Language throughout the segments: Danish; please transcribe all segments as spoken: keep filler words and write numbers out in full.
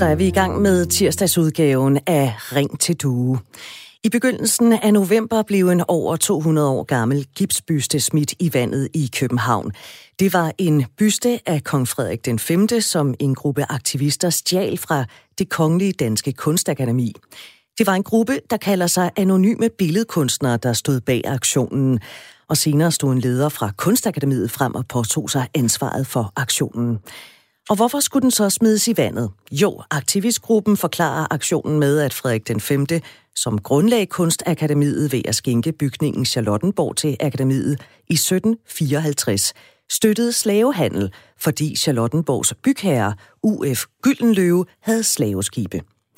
så er vi i gang med tirsdagsudgaven af Ring til Due. I begyndelsen af november blev en over to hundrede år gammel gipsbyste smidt i vandet i København. Det var en byste af kong Frederik den femte, som en gruppe aktivister stjal fra Det Kongelige Danske Kunstakademi. Det var en gruppe, der kalder sig Anonyme Billedkunstnere, der stod bag aktionen. Og senere stod en leder fra Kunstakademiet frem og påtog sig ansvaret for aktionen. Og hvorfor skulle den så smides i vandet? Jo, aktivistgruppen forklarer aktionen med, at Frederik den femte, som grundlagde Kunstakademiet ved at skænke bygningen Charlottenborg til akademiet i sytten fireoghalvtreds, støttede slavehandel, fordi Charlottenborgs bygherre U F Gyldenløve havde slaveskibe.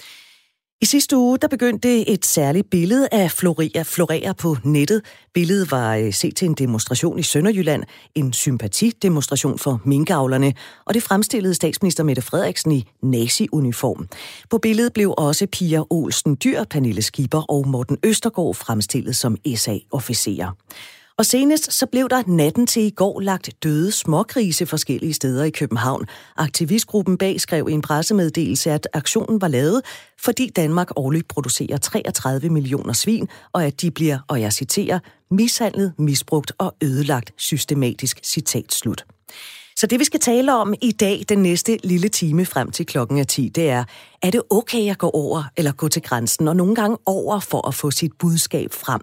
I sidste uge der begyndte et særligt billede af florere, florere på nettet. Billedet var set til en demonstration i Sønderjylland, en sympatidemonstration for minkavlerne, og det fremstillede statsminister Mette Frederiksen i nazi-uniform. På billedet blev også Pia Olsen Dyhr, Pernille Skipper og Morten Østergaard fremstillet som S A-officerer. Og senest så blev der natten til i går lagt døde smågrise forskellige steder i København. Aktivistgruppen bag skrev i en pressemeddelelse, at aktionen var lavet, fordi Danmark årligt producerer treogtredive millioner svin, og at de bliver, og jeg citerer, mishandlet, misbrugt og ødelagt systematisk, citat slut. Så det vi skal tale om i dag, den næste lille time frem til klokken er ti, det er, er det okay at gå over eller gå til grænsen, og nogle gange over for at få sit budskab frem?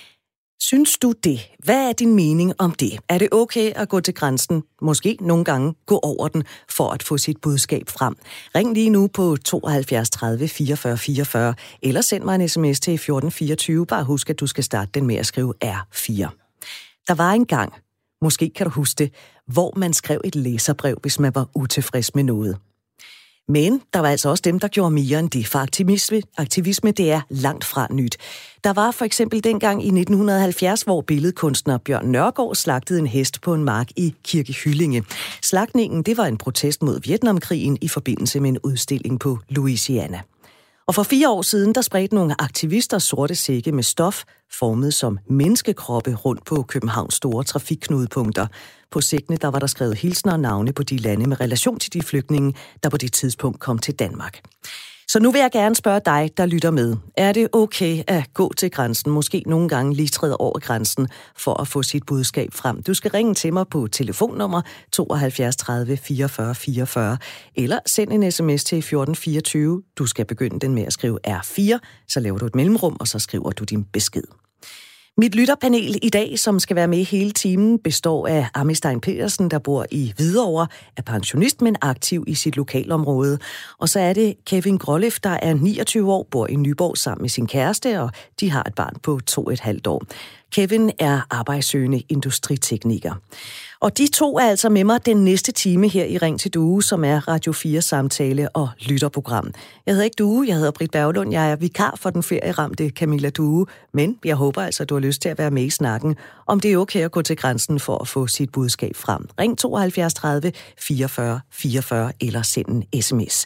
Synes du det? Hvad er din mening om det? Er det okay at gå til grænsen? Måske nogle gange gå over den for at få sit budskab frem. Ring lige nu på tooghalvfjerds tredive fireogfyrre fireogfyrre, eller send mig en sms til fjorten fireogtyve. Bare husk, at du skal starte den med at skrive R fire. Der var en gang, måske kan du huske det, hvor man skrev et læserbrev, hvis man var utilfreds med noget. Men der var altså også dem, der gjorde mere end det, for aktivisme, aktivisme det er langt fra nyt. Der var for eksempel dengang i nitten halvfjerds, hvor billedkunstner Bjørn Nørgaard slagtede en hest på en mark i Kirke Hyllinge. Slagtningen det var en protest mod Vietnamkrigen i forbindelse med en udstilling på Louisiana. Og for fire år siden, der spredte nogle aktivister sorte sække med stof, formet som menneskekroppe rundt på Københavns store trafikknudepunkter. På sækkene, der var der skrevet hilsner og navne på de lande med relation til de flygtninge, der på det tidspunkt kom til Danmark. Så nu vil jeg gerne spørge dig, der lytter med. Er det okay at gå til grænsen, måske nogle gange lige træde over grænsen, for at få sit budskab frem? Du skal ringe til mig på telefonnummer tooghalvfjerds tredive fireogfyrre fireogfyrre, eller send en sms til fjorten fireogtyve. Du skal begynde den med at skrive R fire, så laver du et mellemrum, og så skriver du din besked. Mit lytterpanel i dag, som skal være med hele timen, består af Ami Stein Petersen, der bor i Hvidovre, er pensionist, men aktiv i sit lokalområde. Og så er det Kevin Grollef, der er niogtyve år, bor i Nyborg sammen med sin kæreste, og de har et barn på to og et halvt år. Kevin er arbejdssøgende industritekniker. Og de to er altså med mig den næste time her i Ring til Due, som er Radio fire samtale- og lytterprogram. Jeg hedder ikke Due, jeg hedder Britt Berglund. Jeg er vikar for den ferieramte Camilla Due, men jeg håber altså, at du har lyst til at være med i snakken, om det er okay at gå til grænsen for at få sit budskab frem. Ring tooghalvfjerds tredive fireogfyrre fireogfyrre eller send en sms.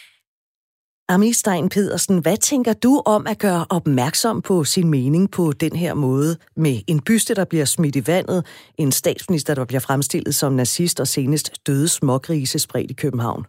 Ami Stein Petersen, hvad tænker du om at gøre opmærksom på sin mening på den her måde med en byste, der bliver smidt i vandet, en statsminister, der bliver fremstillet som nazist og senest døde smågrise spredt i København?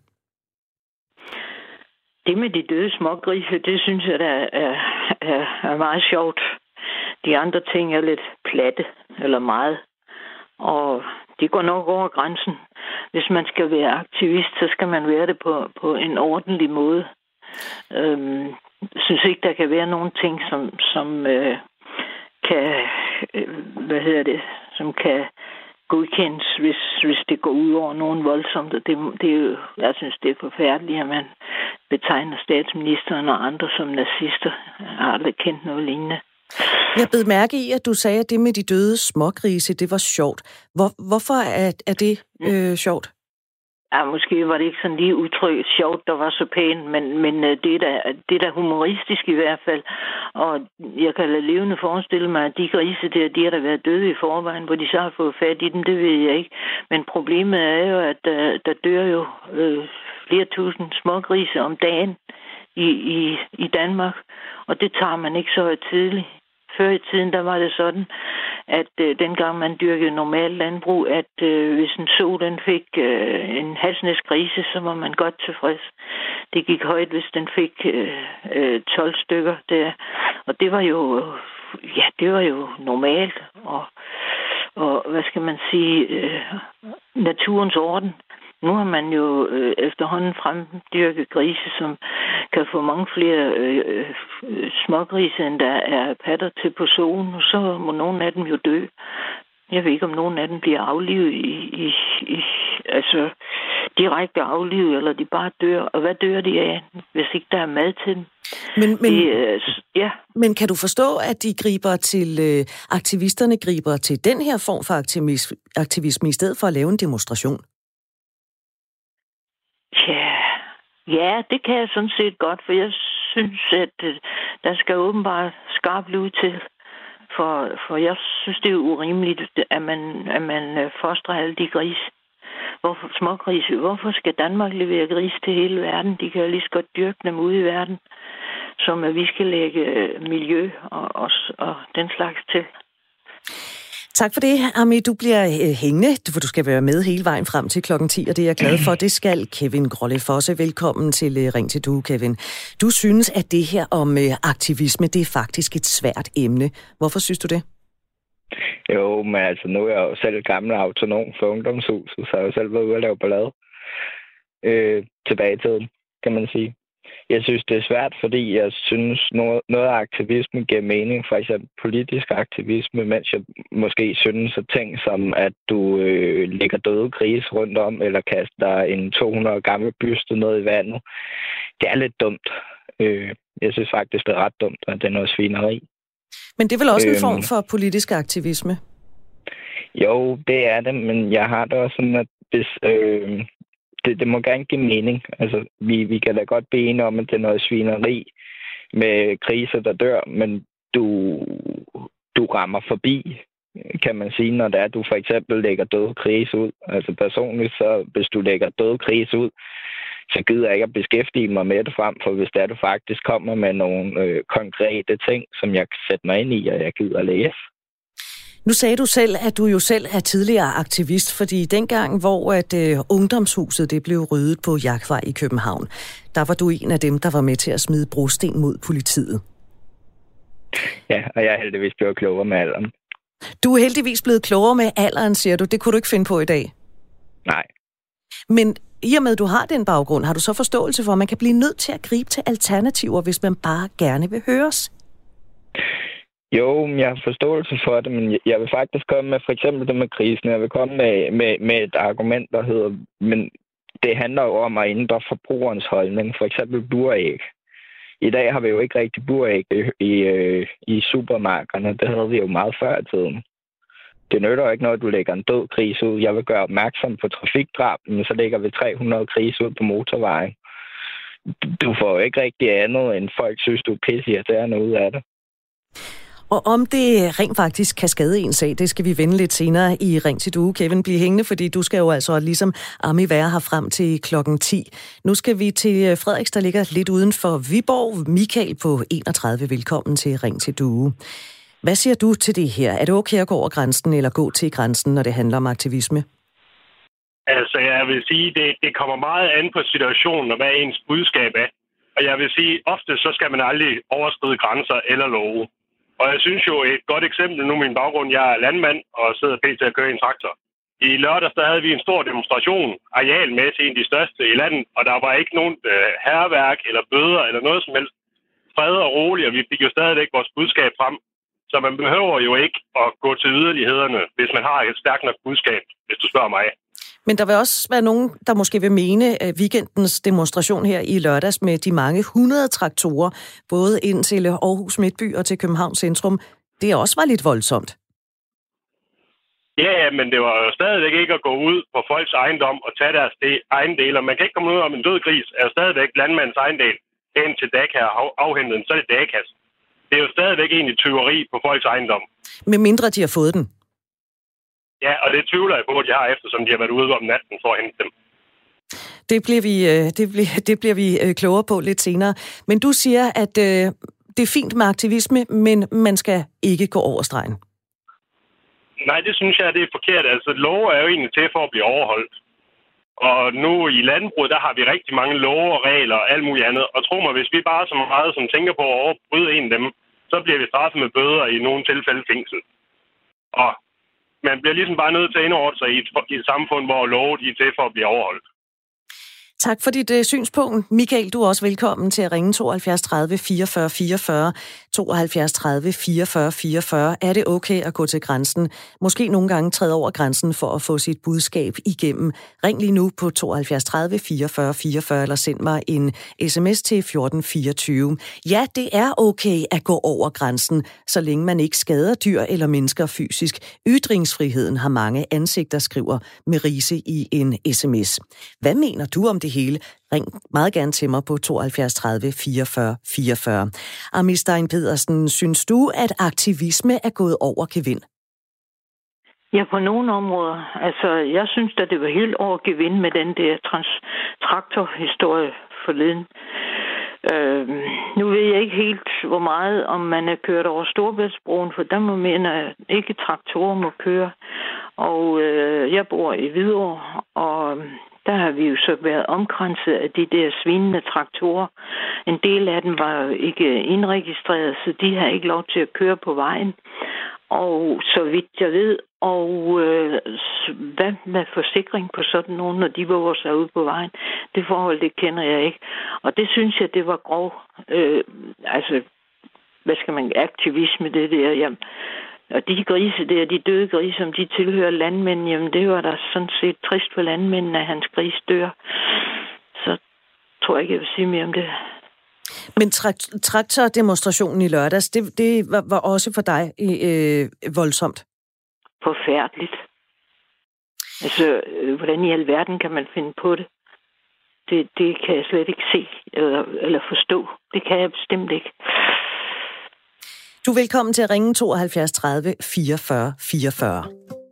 Det med de døde smågrise, det synes jeg, der er, er, er meget sjovt. De andre ting er lidt platte eller meget, og det går nok over grænsen. Hvis man skal være aktivist, så skal man være det på, på en ordentlig måde. Øhm, synes ikke, der kan være nogle ting, som, som øh, kan, øh, hvad hedder det, som kan godkendes, hvis, hvis det går ud over nogen voldsomt. Det, det er jo, jeg synes, det er forfærdeligt, at man betegner statsministeren og andre som nazister. Jeg har aldrig kendt noget lignende. Jeg bed mærke i, at du sagde, at det med de døde smågrise, det var sjovt. Hvor, hvorfor er, er det øh, sjovt? Ja, måske var det ikke sådan lige udtrykt sjovt, der var så pænt, men, men det, er da, det er da humoristisk i hvert fald. Og jeg kan lade levende forestille mig, at de grise der, de har da været døde i forvejen, hvor de så har fået fat i dem, det ved jeg ikke. Men problemet er jo, at der, der dør jo øh, flere tusind smågrise om dagen i, i, i Danmark, og det tager man ikke så tidligt, før i tiden, der var det sådan, at øh, dengang man dyrkede normalt landbrug, at øh, hvis en so den fik øh, en halsnæs grise, så var man godt tilfreds. Det gik højt, hvis den fik øh, øh, tolv stykker der. Og det var jo, ja, det var jo normalt. Og, og hvad skal man sige, øh, naturens orden. Nu har man jo øh, efterhånden fremdyrket grise, som kan få mange flere øh, øh, smågrise, end der er patter til på soen, og så må nogle af dem jo dø. Jeg ved ikke, om nogen af dem bliver aflivet i, i, i altså direkte aflivet, eller de bare dør. Og hvad dør de af, hvis ikke der er mad til dem? Men, men, de, øh, ja. men kan du forstå, at de griber til, øh, aktivisterne griber til den her form for aktivisme, aktivisme i stedet for at lave en demonstration? Ja, ja, det kan jeg sådan set godt, for jeg synes, at øh, der skal åbenbart skarpt lyd til. For, for jeg synes, det er urimeligt, at man, at man fostrer alle de grise. Hvorfor, smågrise. Hvorfor skal Danmark levere gris til hele verden? De kan jo lige så godt dyrke dem ude i verden, som at vi skal lægge miljø og, og, og den slags til. Tak for det, Ami. Du bliver øh, hængende, for du skal være med hele vejen frem til klokken ti, og det er jeg glad for. Det skal Kevin Grolle Fosse. Velkommen til øh, Ring til Due, Kevin. Du synes, at det her om øh, aktivisme, det er faktisk et svært emne. Hvorfor synes du det? Jo, men altså nu er jeg jo selv gammel autonom for ungdomshuset, så jeg har jo selv været ude at lave ballade øh, tilbage i tiden, kan man sige. Jeg synes, det er svært, fordi jeg synes, noget, noget af aktivismen giver mening. For eksempel politisk aktivisme, mens jeg måske synes, at ting som, at du øh, lægger døde grise rundt om, eller kaster en to hundrede år gammel byste ned i vandet, det er lidt dumt. Øh, jeg synes faktisk, det er ret dumt, at det er noget svineri. Men det er vel også en øh, form for politisk aktivisme? Jo, det er det, men jeg har det også sådan, at hvis... Øh, Det, det må gerne give mening. Altså, vi, vi kan da godt blive enige om, at det er noget svineri med kriser, der dør, men du, du rammer forbi, kan man sige, når det er, at du for eksempel lægger døde krise ud. Altså personligt, så hvis du lægger døde krise ud, så gider jeg ikke at beskæftige mig med det frem, for hvis det er, du faktisk kommer med nogle øh, konkrete ting, som jeg kan sætte mig ind i, og jeg gider at læse. Nu sagde du selv, at du jo selv er tidligere aktivist, fordi dengang, hvor at øh, ungdomshuset det blev ryddet på Jagtvej i København, der var du en af dem, der var med til at smide brosten mod politiet. Ja, og jeg er heldigvis blevet klogere med alderen. Du er heldigvis blevet klogere med alderen, siger du. Det kunne du ikke finde på i dag? Nej. Men i og med, at du har den baggrund, har du så forståelse for, at man kan blive nødt til at gribe til alternativer, hvis man bare gerne vil høres? Jo, jeg har forståelse for det, men jeg vil faktisk komme med for eksempel det med krisen. Jeg vil komme med, med, med et argument, der hedder, men det handler jo om at ændre forbrugerens holdning. For eksempel buræg. I dag har vi jo ikke rigtig buræg i, i, i supermarkederne. Det havde vi jo meget før i tiden. Det nytter jo ikke noget, at du lægger en død gris ud. Jeg vil gøre opmærksom på trafikdrab, men så lægger vi tre hundrede grise ud på motorvejen. Du får jo ikke rigtig andet, end folk synes, du er pissirriterende ud af det. Og om det rent faktisk kan skade en sag, det skal vi vende lidt senere i Ring til Due. Kevin, bliv hængende, fordi du skal jo altså ligesom Ami være her frem til klokken ti. Nu skal vi til Frederiks, der ligger lidt uden for Viborg. Michael på enogtredive, velkommen til Ring til Due. Hvad siger du til det her? Er det okay at gå over grænsen eller gå til grænsen, når det handler om aktivisme? Altså, jeg vil sige, det, det kommer meget an på situationen og hvad ens budskab er. Og jeg vil sige, ofte så skal man aldrig overskride grænser eller love. Og jeg synes jo, et godt eksempel, nu min baggrund, jeg er landmand og sidder pt. At køre i en traktor. I lørdags, der havde vi en stor demonstration, arealmæssigt en af de største i landet, og der var ikke nogen øh, hærværk eller bøder eller noget som helst. Fred og roligt, og vi fik jo stadigvæk vores budskab frem. Så man behøver jo ikke at gå til yderlighederne, hvis man har et stærkt nok budskab, hvis du spørger mig. Men der vil også være nogen, der måske vil mene, at weekendens demonstration her i lørdags med de mange hundrede traktorer, både ind til Aarhus Midtby og til København Centrum, det også var lidt voldsomt. Ja, men det var jo stadigvæk ikke at gå ud på folks ejendom og tage deres ejendel. Og man kan ikke komme ud om en død gris, er jo stadigvæk landmandens ejendel hen til Daka og afhente den, så er det Dakas. Det er jo stadigvæk egentlig tyveri på folks ejendom. Med mindre de har fået den. Ja, og det tvivler jeg på, at de har, eftersom de har været ude om natten for at hente dem. Det bliver vi, det bliver, det bliver vi klogere på lidt senere. Men du siger, at øh, det er fint med aktivisme, men man skal ikke gå over stregen. Nej, det synes jeg, det er forkert. Altså, love er jo egentlig til for at blive overholdt. Og nu i landbruget, der har vi rigtig mange love og regler og alt muligt andet. Og tro mig, hvis vi bare så meget som tænker på at overbryde en af dem, så bliver vi straffet med bøder i nogle tilfælde fængsel. Og man bliver ligesom bare nødt til at indordne sig i et, i et samfund, hvor love de er til for at blive overholdt. Tak for dit uh, synspunkt. Michael, du er også velkommen til at ringe tooghalvfjerds tredive fireogfyrre fireogfyrre. tooghalvfjerds tredive fireogfyrre fireogfyrre. Er det okay at gå til grænsen? Måske nogle gange træde over grænsen for at få sit budskab igennem. Ring lige nu på tooghalvfjerds tredive fireogfyrre fireogfyrre eller send mig en sms til fjorten fireogtyve. Ja, det er okay at gå over grænsen, så længe man ikke skader dyr eller mennesker fysisk. Ytringsfriheden har mange ansigter, skriver Merise i en sms. Hvad mener du om det hele? Ring meget gerne til mig på tooghalvfjerds tredive fireogfyrre fireogfyrre. Ami Stein Pedersen, synes du, at aktivisme er gået over gevind? Ja, på nogle områder. Altså, jeg synes, at det var helt over gevind med den der trans- traktorhistorie forleden. Øh, nu ved jeg ikke helt, hvor meget, om man er kørt over Storebæltsbroen, for der må man ikke traktorer må køre. Og øh, jeg bor i Hvidovre, og der har vi jo så været omkranset af de der svinende traktorer. En del af dem var jo ikke indregistreret, så de har ikke lov til at køre på vejen. Og så vidt jeg ved, og øh, hvad med forsikring på sådan nogen, når de våger sig ud på vejen, det forhold, det kender jeg ikke. Og det synes jeg, det var grov. Øh, altså, hvad skal man, aktivisme, det der, jamen. Og de grise der, de døde grise, som de tilhører landmænd, jamen det var da sådan set trist for landmændene, at hans gris dør. Så tror jeg ikke, jeg vil sige mere om det. Men tra- traktordemonstrationen i lørdags, det, det var, var også for dig øh, voldsomt? Forfærdeligt. Altså, øh, hvordan i alverden kan man finde på det? Det, det kan jeg slet ikke se eller, eller forstå. Det kan jeg bestemt ikke. Du er velkommen til at ringe tooghalvfjerds tredive fireogfyrre fireogfyrre.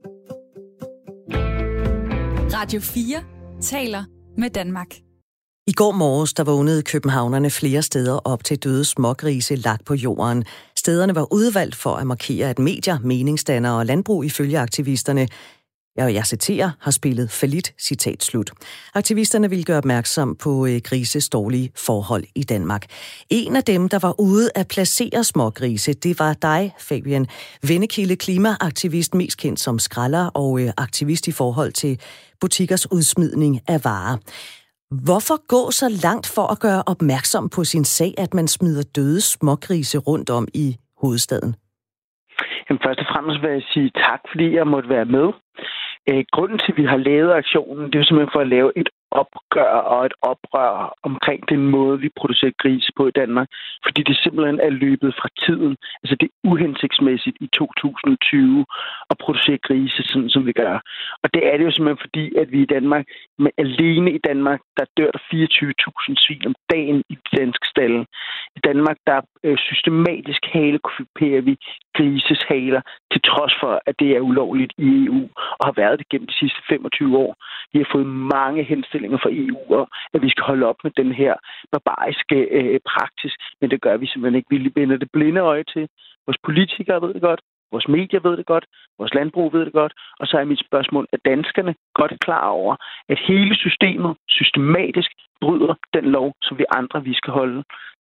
Radio fire taler med Danmark. I går morges, der vågnede københavnerne flere steder op til døde smågrise lagt på jorden. Stederne var udvalgt for at markere, at medier, meningsdannere og landbrug ifølge aktivisterne, ja, jeg citerer, har spillet fallit, citat slut. Aktivisterne ville gøre opmærksom på øh, grises dårlige forhold i Danmark. En af dem, der var ude at placere smågrise, det var dig, Fabian Vennekilde, klimaaktivist, mest kendt som skralder og øh, aktivist i forhold til butikkers udsmidning af varer. Hvorfor gå så langt for at gøre opmærksom på sin sag, at man smider døde smågrise rundt om i hovedstaden? Jamen, først og fremmest vil jeg sige tak, fordi jeg måtte være med. Æh, grunden til, at vi har lavet aktionen, det er simpelthen for at lave et opgør og et oprør omkring den måde, vi producerer grise på i Danmark. Fordi det simpelthen er løbet fra tiden. Altså det er uhensigtsmæssigt i to tusind og tyve at producere grise, sådan som vi gør. Og det er det jo simpelthen fordi, at vi i Danmark, men alene i Danmark, der dør der fireogtyve tusind svin om dagen i de danske stalde. I Danmark, der øh, systematisk halekuperer vi grises haler, til trods for, at det er ulovligt i E U, og har været det gennem de sidste femogtyve år. Vi har fået mange henstillinger fra E U om, at vi skal holde op med den her barbariske øh, praksis, men det gør vi simpelthen ikke. Vi vender det blinde øje til. Vores politikere ved det godt, vores medier ved det godt, vores landbrug ved det godt, og så er mit spørgsmål, at danskerne godt er klar over, at hele systemet systematisk bryder den lov, som vi andre vi skal holde.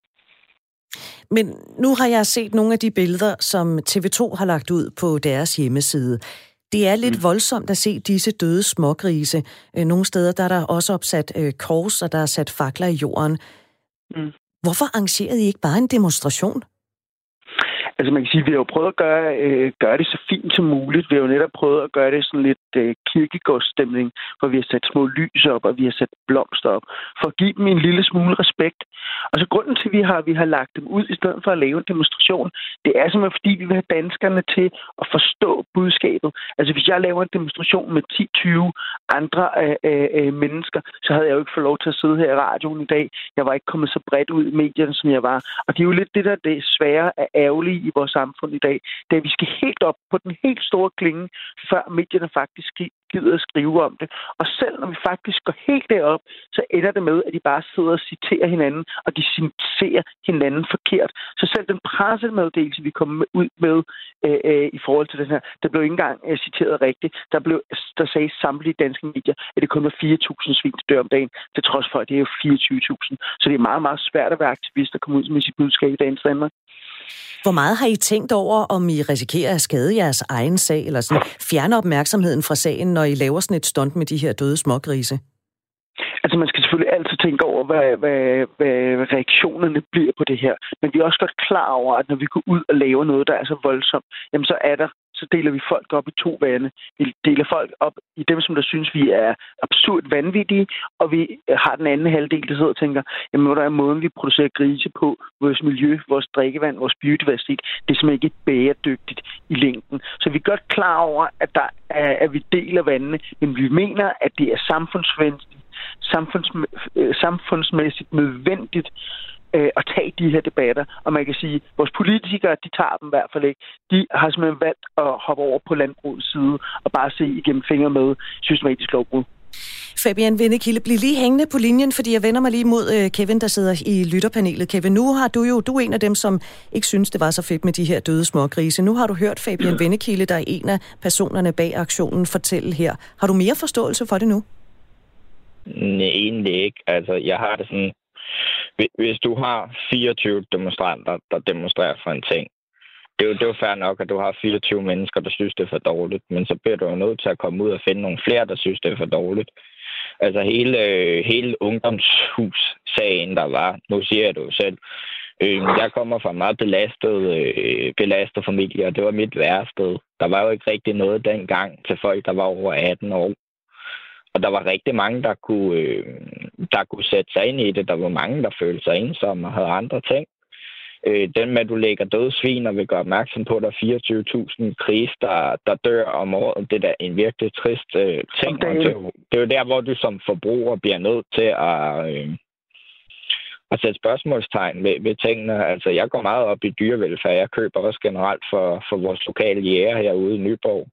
Men nu har jeg set nogle af de billeder, som T V to har lagt ud på deres hjemmeside. Det er lidt mm. voldsomt at se disse døde smågrise. Nogle steder der er der også opsat øh, kors, og der er sat fakler i jorden. Mm. Hvorfor arrangerede I ikke bare en demonstration? Altså man kan sige, at vi har jo prøvet at gøre, øh, gøre det så fint som muligt. Vi har jo netop prøvet at gøre det sådan lidt øh, kirkegårdsstemning, hvor vi har sat små lys op, og vi har sat blomster op, for at give dem en lille smule respekt. Og så grunden til, at vi har, vi har lagt dem ud, i stedet for at lave en demonstration, det er simpelthen fordi, vi vil have danskerne til at forstå budskabet. Altså hvis jeg laver en demonstration med ti til tyve andre øh, øh, mennesker, så havde jeg jo ikke fået lov til at sidde her i radioen i dag. Jeg var ikke kommet så bredt ud i medierne, som jeg var. Og det er jo lidt det der det svære af ærgerlige i vores samfund i dag, det er, at vi skal helt op på den helt store klinge, før medierne faktisk gider at skrive om det. Og selv når vi faktisk går helt derop, så ender det med, at de bare sidder og citerer hinanden, og de citerer hinanden forkert. Så selv den pressemeddelelse, vi kom ud med øh, øh, i forhold til den her, der blev ikke engang øh, citeret rigtigt. Der blev der sagde samtlige danske medier, at det kun var fire tusind svin, der dør om dagen, til trods for, at det er jo fireogtyve tusind. Så det er meget, meget svært at være aktivist og komme ud med sit budskab i dagens Danmark. Hvor meget har I tænkt over, om I risikerer at skade jeres egen sag, eller sådan fjerne opmærksomheden fra sagen, når I laver sådan et stunt med de her døde smågrise? Altså, man skal selvfølgelig altid tænke over, hvad, hvad, hvad reaktionerne bliver på det her. Men vi er også godt klar over, at når vi går ud og laver noget, der er så voldsomt, jamen så er der så deler vi folk op i to vande. Vi deler folk op i dem, som der synes, vi er absurd vanvittige, og vi har den anden halvdel, der sidder og tænker, jamen, hvor der er måden, vi producerer grise på, vores miljø, vores drikkevand, vores biodiversitet, det er simpelthen ikke bæredygtigt i længden. Så vi er godt klar over, at, der er, at vi deler vandene, men vi mener, at det er samfundsvenligt, samfunds, samfundsmæssigt nødvendigt at tage de her debatter. Og man kan sige, at vores politikere, de tager dem i hvert fald ikke. De har simpelthen valgt at hoppe over på landbrugets side og bare se igennem fingre med systematisk lovbrud. Fabian Vennekilde, bliv lige hængende på linjen, fordi jeg vender mig lige mod Kevin, der sidder i lytterpanelet. Kevin, nu har du jo, du er en af dem, som ikke synes, det var så fedt med de her døde smågrise. Nu har du hørt Fabian Vennekilde, der er en af personerne bag aktionen, fortælle her. Har du mere forståelse for det nu? Nej, egentlig ikke. Altså, jeg har det sådan, hvis du har fireogtyve demonstranter, der demonstrerer for en ting, det er jo, det er jo fair nok, at du har fireogtyve mennesker, der synes, det er for dårligt, men så bliver du jo nødt til at komme ud og finde nogle flere, der synes, det er for dårligt. Altså hele, hele ungdomshus-sagen, der var, nu siger jeg det jo selv, øh, jeg kommer fra en meget belastet, øh, belastet familie, og det var mit værested. Der var jo ikke rigtig noget dengang til folk, der var over atten år. Og der var rigtig mange, der kunne, øh, der kunne sætte sig ind i det. Der var mange, der følte sig ensomme og havde andre ting. Øh, den med, at du lægger døde svin og vil gøre opmærksom på, at der er fireogtyve tusind grise, der, der dør om året. Det er da en virkelig trist øh, ting. Okay. Det, er jo, det er jo der, hvor du som forbruger bliver nødt til at, øh, at sætte spørgsmålstegn ved, ved tingene. Altså, jeg går meget op i dyrevelfærd. Jeg køber også generelt for, for vores lokale jæger herude i Nyborg.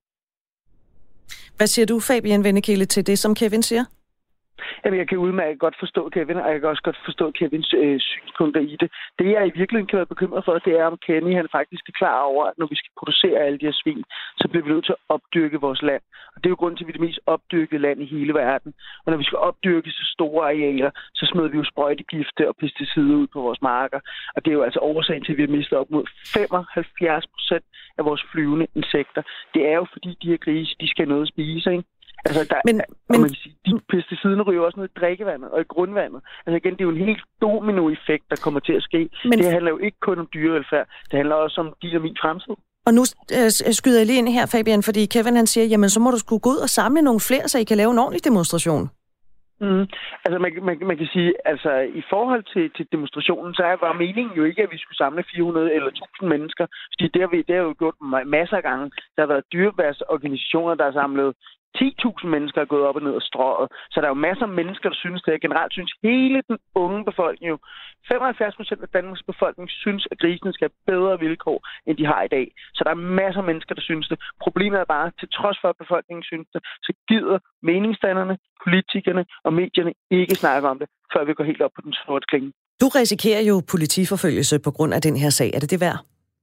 Hvad siger du, Fabian Vennekilde, til det, som Kevin siger? Jamen, jeg kan udmærket godt forstå Kevin, og jeg kan også godt forstå Kevins øh, synspunkter i det. Det, jeg i virkeligheden kan være bekymret for, det er, om Kenny han faktisk er klar over, at når vi skal producere alle de her svin, så bliver vi nødt til at opdyrke vores land. Og det er jo grunden til, at vi er det mest opdyrkede land i hele verden. Og når vi skal opdyrke så store arealer, så smider vi jo sprøjtegifte og pesticider ud på vores marker. Og det er jo altså årsagen til, at vi har mistet op mod femoghalvfjerds procent af vores flyvende insekter. Det er jo fordi, de her grise, de skal have noget at spise, ikke? Altså, der, men, men, man kan sige, de pesticiderne ryger også ned i drikkevandet og i grundvandet. Altså igen, det er jo en helt dominoeffekt, der kommer til at ske. Men, det handler jo ikke kun om dyrevelfærd. Det handler også om din og min fremtid. Og nu øh, skyder jeg lige ind her, Fabian, fordi Kevin han siger, jamen så må du sgu gå ud og samle nogle flere, så I kan lave en ordentlig demonstration. Mm. Altså man, man, man kan sige, altså i forhold til, til demonstrationen, så var meningen jo ikke, at vi skulle samle fire hundrede eller tusind mennesker. Fordi det har vi det har jo gjort masser af gange. Der har været dyreværsorganisationer, der har samlet ti tusind mennesker er gået op og ned og strøget. Så der er jo masser af mennesker, der synes det. Generelt synes hele den unge befolkning jo. femoghalvfjerds procent af Danmarks befolkning synes, at grisene skal have bedre vilkår, end de har i dag. Så der er masser af mennesker, der synes det. Problemet er bare, til trods for, at befolkningen synes det, så gider meningsdannerne, politikerne og medierne ikke snakke om det, før vi går helt op på den sorte klinge. Du risikerer jo politiforfølgelse på grund af den her sag. Er det det værd?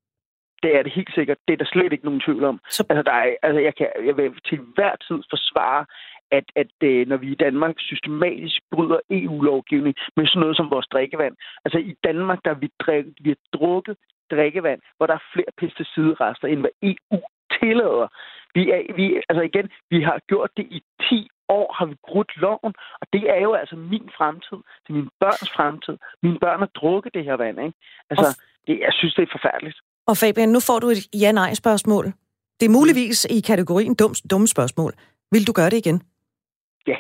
Det er det helt sikkert. Det er der slet ikke nogen tvivl om. Så... Altså, der er, altså jeg, kan, jeg vil til hver tid forsvare, at, at når vi i Danmark systematisk bryder E U-lovgivning med sådan noget som vores drikkevand. Altså i Danmark, der vi, drik, vi har drukket drikkevand, hvor der er flere pesticidrester, end hvad E U tillader. Vi er, vi, altså igen, vi har gjort det i ti år, har vi brudt loven, og det er jo altså min fremtid. Det er mine børns fremtid. Mine børn har drukket det her vand, ikke? Altså, det, jeg synes, det er forfærdeligt. Og Fabian, nu får du et ja-nej-spørgsmål. Det er muligvis i kategorien dum, dumme spørgsmål. Vil du gøre det igen? Ja.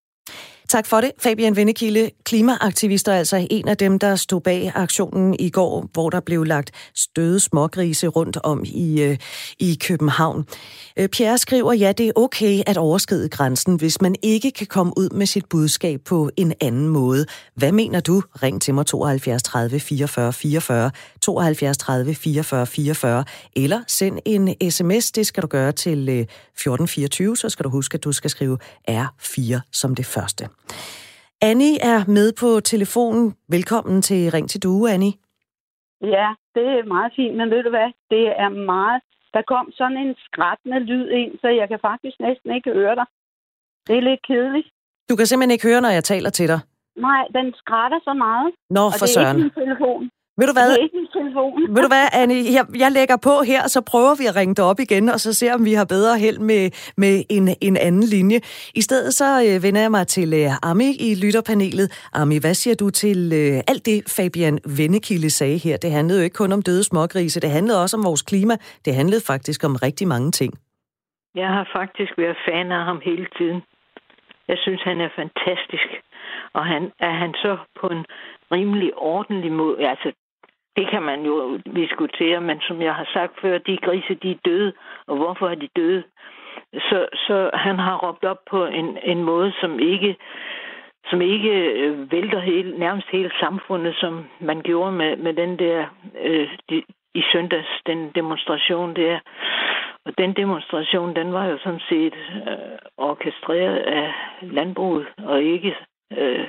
Tak for det, Fabian Vennekilde, klimaaktivist, er altså en af dem, der stod bag aktionen i går, hvor der blev lagt støde smågrise rundt om i, øh, i København. Øh, Pierre skriver, ja, det er okay at overskride grænsen, hvis man ikke kan komme ud med sit budskab på en anden måde. Hvad mener du? Ring til mig tooghalvfjerds tredive fireogfyrre fireogfyrre. tooghalvfjerds tredive fireogfyrre fireogfyrre, eller send en sms. Det skal du gøre til fjorten fireogtyve, så skal du huske, at du skal skrive R fire som det første. Annie er med på telefonen. Velkommen til Ring til Due, Annie. Ja, det er meget fint, men ved du hvad? Det er meget... Der kom sådan en skrattende lyd ind, så jeg kan faktisk næsten ikke høre dig. Det er lidt kedeligt. Du kan simpelthen ikke høre, når jeg taler til dig? Nej, den skratter så meget. Nå, for søren. Og det er ikke min telefon. Ved du hvad? Det er ikke min telefon. Ved du hvad, Annie? Jeg, jeg lægger på her, så prøver vi at ringe dig op igen, og så ser om vi har bedre held med, med en, en anden linje. I stedet så øh, vender jeg mig til øh, Ami i lytterpanelet. Ami, hvad siger du til øh, alt det, Fabian Vennekilde sagde her? Det handlede jo ikke kun om døde smågrise, det handlede også om vores klima. Det handlede faktisk om rigtig mange ting. Jeg har faktisk været fan af ham hele tiden. Jeg synes, han er fantastisk. Og han, er han så på en rimelig ordentlig måde, altså det kan man jo diskutere, men som jeg har sagt før, de grise, de er døde, og hvorfor er de døde? Så, så han har råbt op på en, en måde, som ikke, som ikke øh, vælter hele, nærmest hele samfundet, som man gjorde med, med den der, øh, de, i søndags, den demonstration der. Og den demonstration, den var jo sådan set øh, orkestreret af landbruget, og ikke... Øh,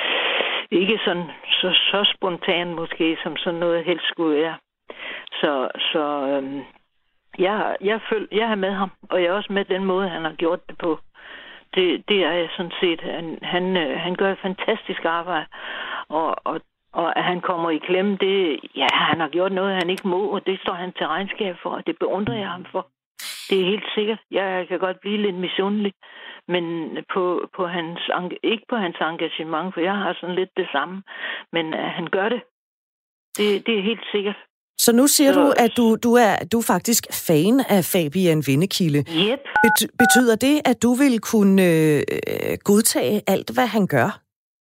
Ikke sådan så, så spontan måske, som sådan noget helst skulle være. Så, så øhm, jeg, jeg, føl, jeg er med ham, og jeg er også med den måde, han har gjort det på. Det, det er jeg sådan set. Han, han, han gør et fantastisk arbejde, og, og, og at han kommer i klemme, det, ja, han har gjort noget, han ikke må, og det står han til regnskab for, og det beundrer jeg ham for. Det er helt sikkert. Jeg kan godt blive lidt misundelig, men på, på hans, ikke på hans engagement, for jeg har sådan lidt det samme, men uh, han gør det. det. Det er helt sikkert. Så nu siger Så, du, at du, du, er, du er faktisk fan af Fabian Vennekilde. Yep. Bet- betyder det, at du vil kunne øh, godtage alt, hvad han gør?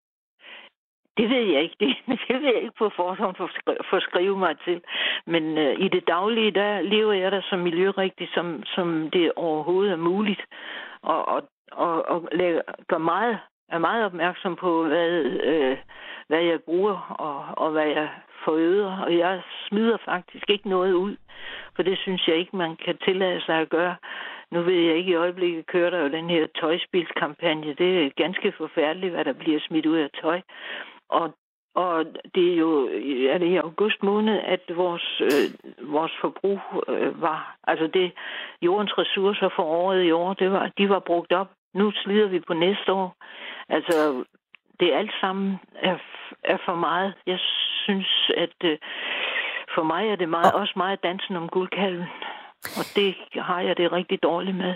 Det ved jeg ikke. Det, det ved jeg ikke på forhånd for, for at skrive mig til. Men øh, i det daglige, der lever jeg der så miljørigtigt, som, som det overhovedet er muligt. Og, og, og, og gør meget, er meget opmærksom på, hvad, øh, hvad jeg bruger og, og hvad jeg forøder. Og jeg smider faktisk ikke noget ud, for det synes jeg ikke, man kan tillade sig at gøre. Nu ved jeg ikke, i øjeblikket kører der jo den her tøjspilskampagne. Det er ganske forfærdeligt, hvad der bliver smidt ud af tøj. Og, og det er jo er det i august måned, at vores, øh, vores forbrug øh, var... Altså det, jordens ressourcer for året i år, det var, de var brugt op. Nu slider vi på næste år. Altså, det alt sammen er, er for meget. Jeg synes, at øh, for mig er det meget, også meget dansen om guldkalven. Og det har jeg det rigtig dårligt med.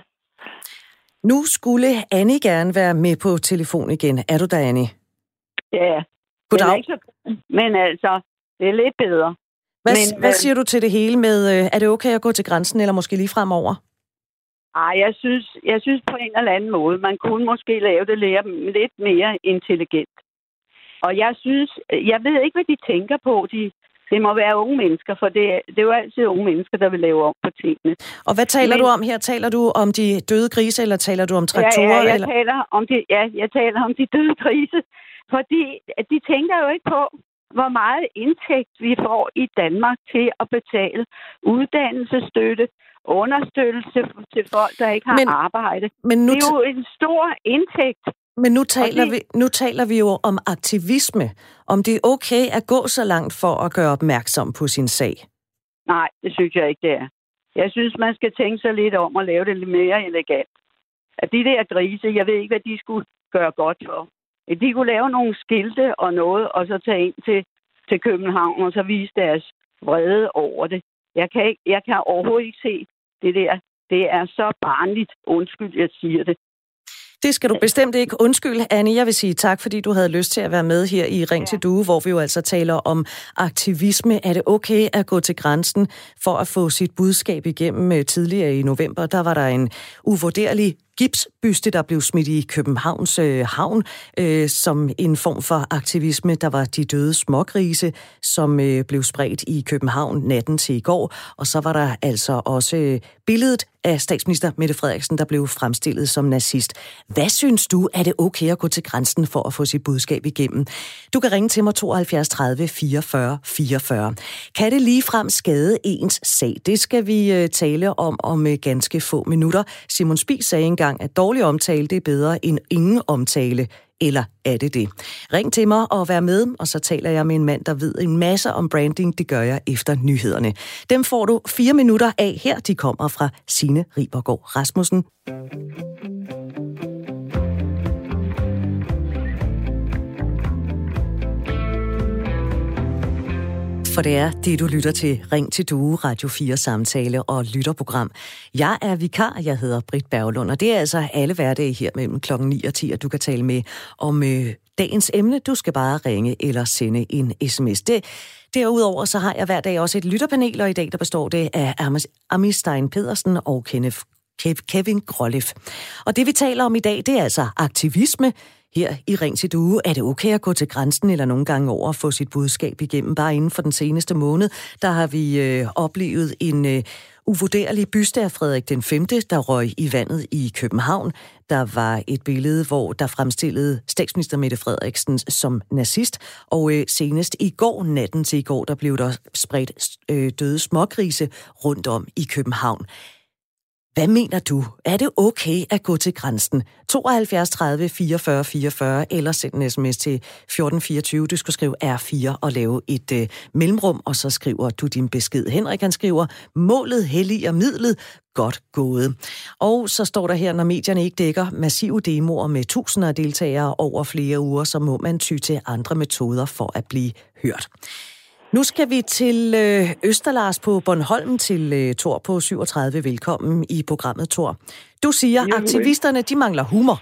Nu skulle Annie gerne være med på telefon igen. Er du der, Annie? Ja. Goddag. Ikke så, men altså, det er lidt bedre. Hvad, men, hvad siger du til det hele med, øh, er det okay at gå til grænsen, eller måske lige fremover? Ej, jeg synes, jeg synes på en eller anden måde, man kunne måske lave det lidt mere intelligent. Og jeg synes, jeg ved ikke, hvad de tænker på. De, det må være unge mennesker, for det, det er jo altid unge mennesker, der vil lave om på tingene. Og hvad taler Men, du om her? Taler du om de døde grise, eller taler du om traktorer? Ja, ja, jeg, eller? Taler om de, ja, jeg taler om de døde grise. Fordi de tænker jo ikke på, hvor meget indtægt vi får i Danmark til at betale uddannelsesstøtte, understøttelse til folk, der ikke har men, arbejde. Men nu det er jo en stor indtægt. Men nu taler, det, vi, nu taler vi jo om aktivisme. Om det er okay at gå så langt for at gøre opmærksom på sin sag. Nej, det synes jeg ikke, det er. Jeg synes, man skal tænke sig lidt om at lave det lidt mere elegant. At de der grise, jeg ved ikke, hvad de skulle gøre godt for. De kunne lave nogle skilte og noget, og så tage ind til, til København, og så vise deres vrede over det. Jeg kan, ikke, jeg kan overhovedet ikke se det der. Det er så barnligt. Undskyld, jeg siger det. Det skal du bestemt ikke. Undskyld, Annie. Jeg vil sige tak, fordi du havde lyst til at være med her i Ring ja. til Due, hvor vi jo altså taler om aktivisme. Er det okay at gå til grænsen for at få sit budskab igennem tidligere i november? Der var der en uvurderlig gipsbyste, der blev smidt i Københavns øh, havn øh, som en form for aktivisme. Der var de døde smågrise, som øh, blev spredt i København natten til i går. Og så var der altså også øh, billedet af statsminister Mette Frederiksen, der blev fremstillet som nazist. Hvad synes du, er det okay at gå til grænsen for at få sit budskab igennem? Du kan ringe til mig tooghalvfjerds tredive fireogfyrre fireogfyrre. Kan det ligefrem skade ens sag? Det skal vi øh, tale om om øh, ganske få minutter. Simon Spies sagde engang, at dårlig omtale det er bedre end ingen omtale. Eller er det det? Ring til mig og vær med, og så taler jeg med en mand, der ved en masse om branding. Det gør jeg efter nyhederne. Dem får du fire minutter af her. De kommer fra Signe Ribergaard Rasmussen. For det er det, du lytter til Ring til Due, Radio fire samtale og lytterprogram. Jeg er vikar, jeg hedder Britt Berglund, og det er altså alle hverdage her mellem klokken ni og ti, at du kan tale med om øh, dagens emne. Du skal bare ringe eller sende en sms. Det, derudover så har jeg hver dag også et lytterpanel, og i dag der består det af Ami Stein Pedersen og Kenneth, Kevin Grolleff. Og det vi taler om i dag, det er altså aktivisme. Her i Ring til Due er det okay at gå til grænsen eller nogle gange over at få sit budskab igennem. Bare inden for den seneste måned, der har vi øh, oplevet en øh, uvurderlig byste af Frederik den femte, der røg i vandet i København. Der var et billede, hvor der fremstillede statsminister Mette Frederiksen som nazist. Og øh, senest i går, natten til i går, der blev der spredt øh, døde smågrise rundt om i København. Hvad mener du? Er det okay at gå til grænsen? tooghalvfjerds tredive fireogfyrre fireogfyrre eller send en sms til fjorten fireogtyve. Du skal skrive R fire og lave et øh, mellemrum, og så skriver du din besked. Henrik han skriver, målet helliger midlet, godt gået. Og så står der her, når medierne ikke dækker massive demoer med tusinder af deltagere over flere uger, så må man ty til andre metoder for at blive hørt. Nu skal vi til øh, Østerlars på Bornholm, til øh, Thor på syvogtredive. Velkommen i programmet, Thor. Du siger, at aktivisterne de mangler humor.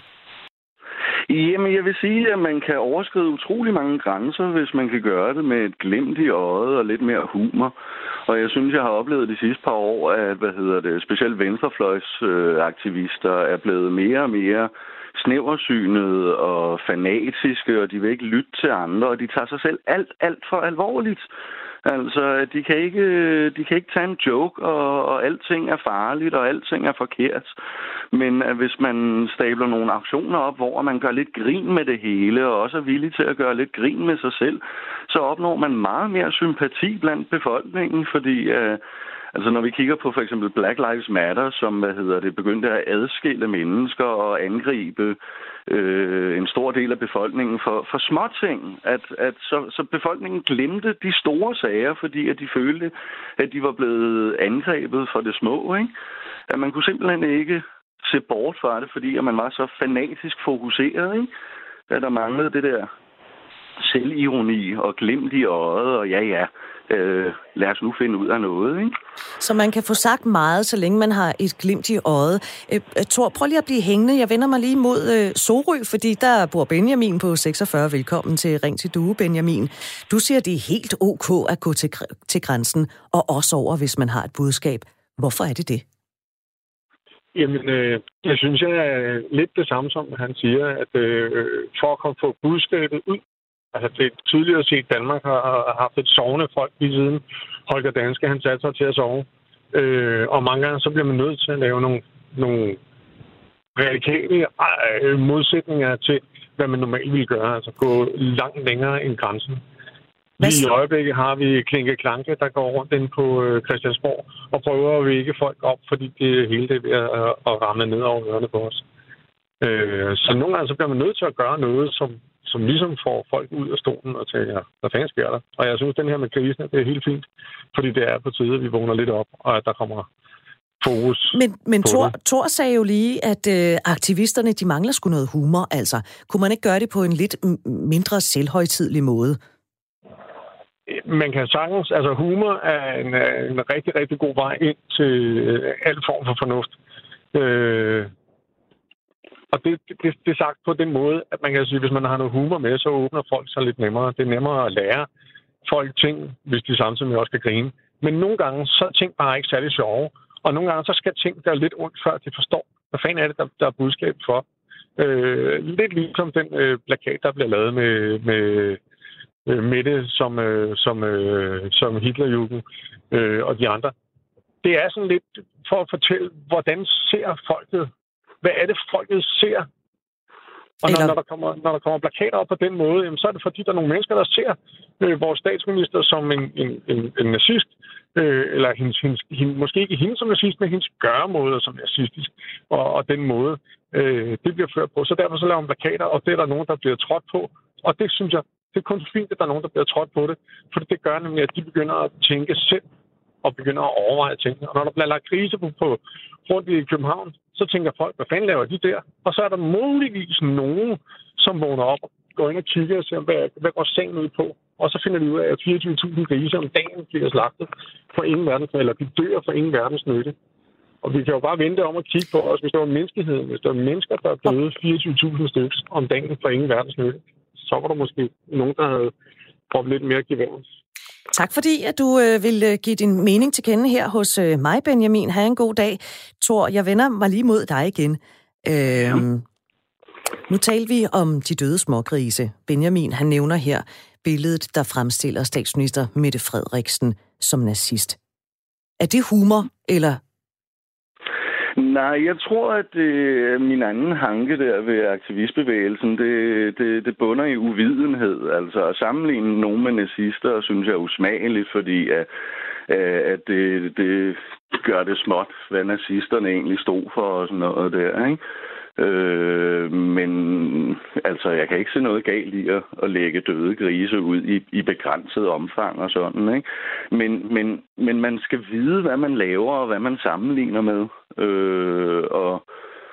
Jamen, jeg vil sige, at man kan overskride utrolig mange grænser, hvis man kan gøre det med et glimt i øjet og lidt mere humor. Og jeg synes, jeg har oplevet de sidste par år, at hvad hedder det, specielt venstrefløjsaktivister øh, er blevet mere og mere snæversynede og fanatiske, og de vil ikke lytte til andre, og de tager sig selv alt, alt for alvorligt. Altså, de kan ikke, de kan ikke tage en joke, og, og alting er farligt, og alting er forkert. Men at hvis man stabler nogle aktioner op, hvor man gør lidt grin med det hele, og også er villig til at gøre lidt grin med sig selv, så opnår man meget mere sympati blandt befolkningen, fordi øh, altså når vi kigger på for eksempel Black Lives Matter, som hvad hedder det, begyndte at adskille mennesker og angribe øh, en stor del af befolkningen for, for småting, at, at så, så befolkningen glemte de store sager, fordi at de følte, at de var blevet angrebet for det små, ikke? At man kunne simpelthen ikke se bort fra det, fordi at man var så fanatisk fokuseret, ikke? At der manglede det der selvironi og glimt i øjet, og ja, ja, øh, lad os nu finde ud af noget, ikke? Så man kan få sagt meget, så længe man har et glimt i øjet. Øh, Thor, prøv lige at blive hængende. Jeg vender mig lige mod øh, Sorø, fordi der bor Benjamin på seksogfyrre. Velkommen til Ring til Due, Benjamin. Du siger, det er helt ok at gå til, til grænsen, og også over, hvis man har et budskab. Hvorfor er det det? Jamen, øh, jeg synes, jeg er lidt det samme, som han siger, at øh, for at komme få budskabet ud, altså det er tydeligt at se, at Danmark har, har haft et sovende folk lige siden Holger Danske, han satte sig til at sove. Øh, og mange gange så bliver man nødt til at lave nogle, nogle radikale øh, modsætninger til, hvad man normalt ville gøre, altså gå langt længere end grænsen. Lige i øjeblikket har vi Klinke Klanke, der går rundt ind på Christiansborg og prøver at vække folk op, fordi det hele det er ved at, at ramme ned over ørerne på os. Øh, så nogle gange så bliver man nødt til at gøre noget, som, som ligesom får folk ud af stolen og tænker, hvad fanden sker der? Og jeg synes, den her med krisen, det er helt fint, fordi det er på tide, at vi vågner lidt op, og at der kommer fokus. Men, men Thor, det. Thor sagde jo lige, at øh, aktivisterne, de mangler sgu noget humor. Altså, kunne man ikke gøre det på en lidt mindre selvhøjtidlig måde? Man kan sagtens, altså humor er en, en rigtig, rigtig god vej ind til al form for fornuft. Øh, og det, det, det er sagt på den måde, at man kan sige, at hvis man har noget humor med, så åbner folk sig lidt nemmere. Det er nemmere at lære folk ting, hvis de samtidig også kan grine. Men nogle gange, så er ting bare ikke særlig sjove. Og nogle gange, så skal ting gøre lidt ondt, før de forstår, Hvad fanden er det, der, der er budskab for? Øh, lidt ligesom den øh, plakat, der bliver lavet med, med øh, Mette som, øh, som, øh, som Hitlerjugend øh, og de andre. Det er sådan lidt for at fortælle, hvordan ser folket? Hvad er det, folket ser? Og når, når, der kommer, når der kommer plakater op på den måde, jamen, så er det fordi, der er nogle mennesker, der ser øh, vores statsminister som en, en, en, en nazist, øh, eller hendes, hendes, hende, måske ikke hende som nazist, men hendes gøremåde som nazistisk, og, og den måde, øh, det bliver ført på. Så derfor så laver man plakater, og det er der nogen, der bliver trådt på. Og det synes jeg, det er kun fint, at der er nogen, der bliver trådt på det, for det gør nemlig, at de begynder at tænke selv, og begynder at overveje ting. Og når der bliver lagt krise på, på rundt i København, så tænker folk, hvad fanden laver de der? Og så er der muligvis nogen, som vågner op og går ind og kigger og ser, hvad, hvad går sagen ud på? Og så finder de ud af, at fireogtyve tusind grise om dagen bliver slagtet for ingen verdens, eller de dør for ingen verdens nytte. Og vi kan jo bare vente om at kigge på os, hvis der var menneskeheden, hvis der var mennesker, der døde fireogtyve tusind stykker om dagen for ingen verdens nytte, så var der måske nogen, der havde prøvet lidt mere geværens. Tak fordi, at du øh, vil give din mening til kende her hos øh, mig, Benjamin. Ha' en god dag. Thor, jeg vender mig lige mod dig igen. Øhm, nu taler vi om de døde smågrise. Benjamin, han nævner her billedet, der fremstiller statsminister Mette Frederiksen som nazist. Er det humor, eller? Nej, jeg tror, at øh, min anden hanke der ved aktivistbevægelsen, det, det, det bunder i uvidenhed. Altså at sammenligne nogen med nazister, synes jeg er usmageligt, fordi at, at det, det gør det småt, hvad nazisterne egentlig stod for og sådan noget der, ikke? Øh, men altså, jeg kan ikke se noget galt i at, at lægge døde grise ud i, i begrænset omfang og sådan, ikke? Men, men, men man skal vide, hvad man laver og hvad man sammenligner med. Øh, og,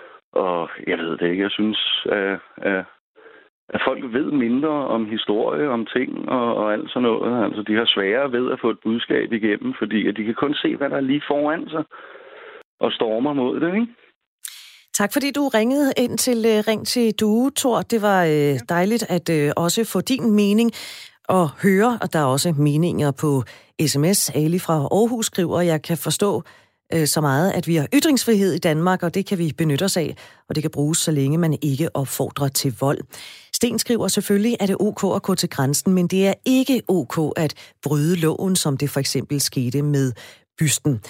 og jeg ved det ikke, jeg synes, at, at, at folk ved mindre om historie, om ting og, og alt sådan noget. Altså, de har sværere ved at få et budskab igennem, fordi at de kan kun se, hvad der er lige foran sig og stormer mod det, ikke? Tak fordi du ringede ind til uh, Ring til Due, Thor. Det var uh, dejligt at uh, også få din mening at høre, og der er også meninger på sms. Ali fra Aarhus skriver, jeg kan forstå uh, så meget, at vi har ytringsfrihed i Danmark, og det kan vi benytte os af, og det kan bruges, så længe man ikke opfordrer til vold. Sten skriver, selvfølgelig er det ok at gå til grænsen, men det er ikke ok at bryde loven, som det for eksempel skete med bysten.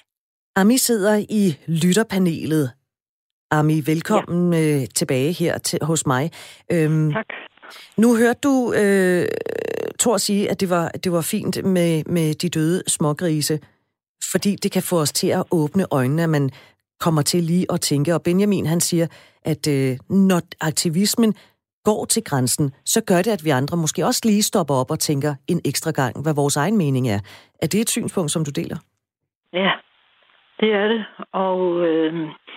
Ami sidder i lytterpanelet. Ami, velkommen ja. øh, tilbage her til, hos mig. Øhm, tak. Nu hørte du øh, Thor sige, at det var, det var fint med, med de døde smågrise, fordi det kan få os til at åbne øjnene, at man kommer til lige at tænke. Og Benjamin, han siger, at øh, når aktivismen går til grænsen, så gør det, at vi andre måske også lige stopper op og tænker en ekstra gang, hvad vores egen mening er. Er det et synspunkt, som du deler? Ja, det er det. Og øh,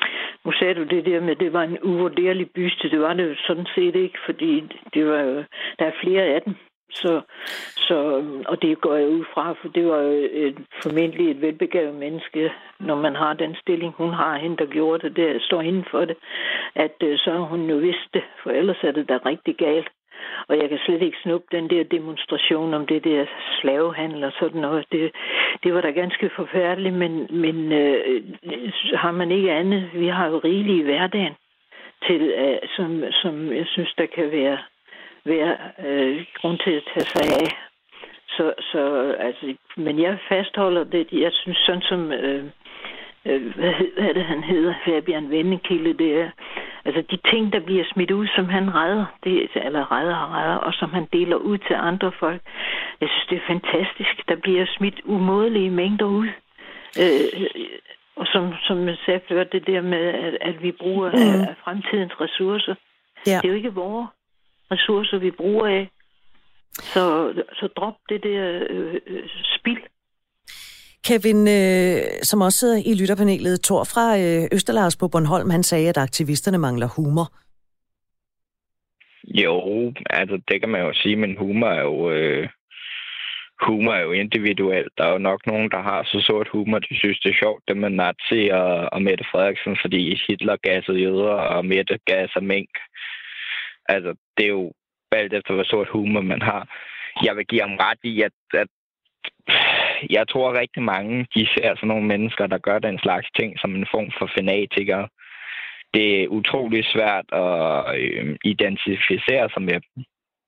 nu sagde du det der med, at det var en uvurderlig byste. Det var det jo sådan set ikke, fordi det var jo, der er flere af dem. Så, så, og det går jeg ud fra, for det var jo et, formentlig et velbegavet menneske, når man har den stilling, hun har, hende der gjorde det, der står inden for det, at så har hun jo vidst det, for ellers er det da rigtig galt. Og jeg kan slet ikke snuppe den der demonstration om det der slavehandel og sådan noget. Det, det var da ganske forfærdeligt, men, men øh, har man ikke andet? Vi har jo rigeligt i hverdagen, til, øh, som, som jeg synes, der kan være, være øh, grund til at tage sig af. Så, så, altså, men jeg fastholder det. Jeg synes sådan som... Øh, Hvad, hvad er det, han hedder? Fabian Vendekilde, det er. Altså de ting, der bliver smidt ud, som han redder, det, eller redder og redder, og som han deler ud til andre folk. Jeg synes, det er fantastisk. Der bliver smidt umådelige mængder ud. Øh, og som, som jeg sagde før, det der med, at, at vi bruger mm. af, af fremtidens ressourcer. Ja. Det er jo ikke vores ressourcer, vi bruger af. Så, så drop det der øh, spild. Kevin, øh, som også sidder i lytterpanelet, Thor fra øh, Østerlars på Bornholm, han sagde, at aktivisterne mangler humor. Jo, altså det kan man jo sige, men humor er jo, øh, humor er jo individuelt. Der er jo nok nogen, der har så sort humor, de synes, det er sjovt, det med Nazi og, og Mette Frederiksen, fordi Hitler gassede jøder, og Mette gasser mink. Altså, det er jo alt efter, hvor sort humor man har. Jeg vil give ham ret i, at, at jeg tror rigtig mange, de ser sådan nogle mennesker, der gør den slags ting som en form for fanatikere. det er utrolig svært at øh, identificere sig med dem.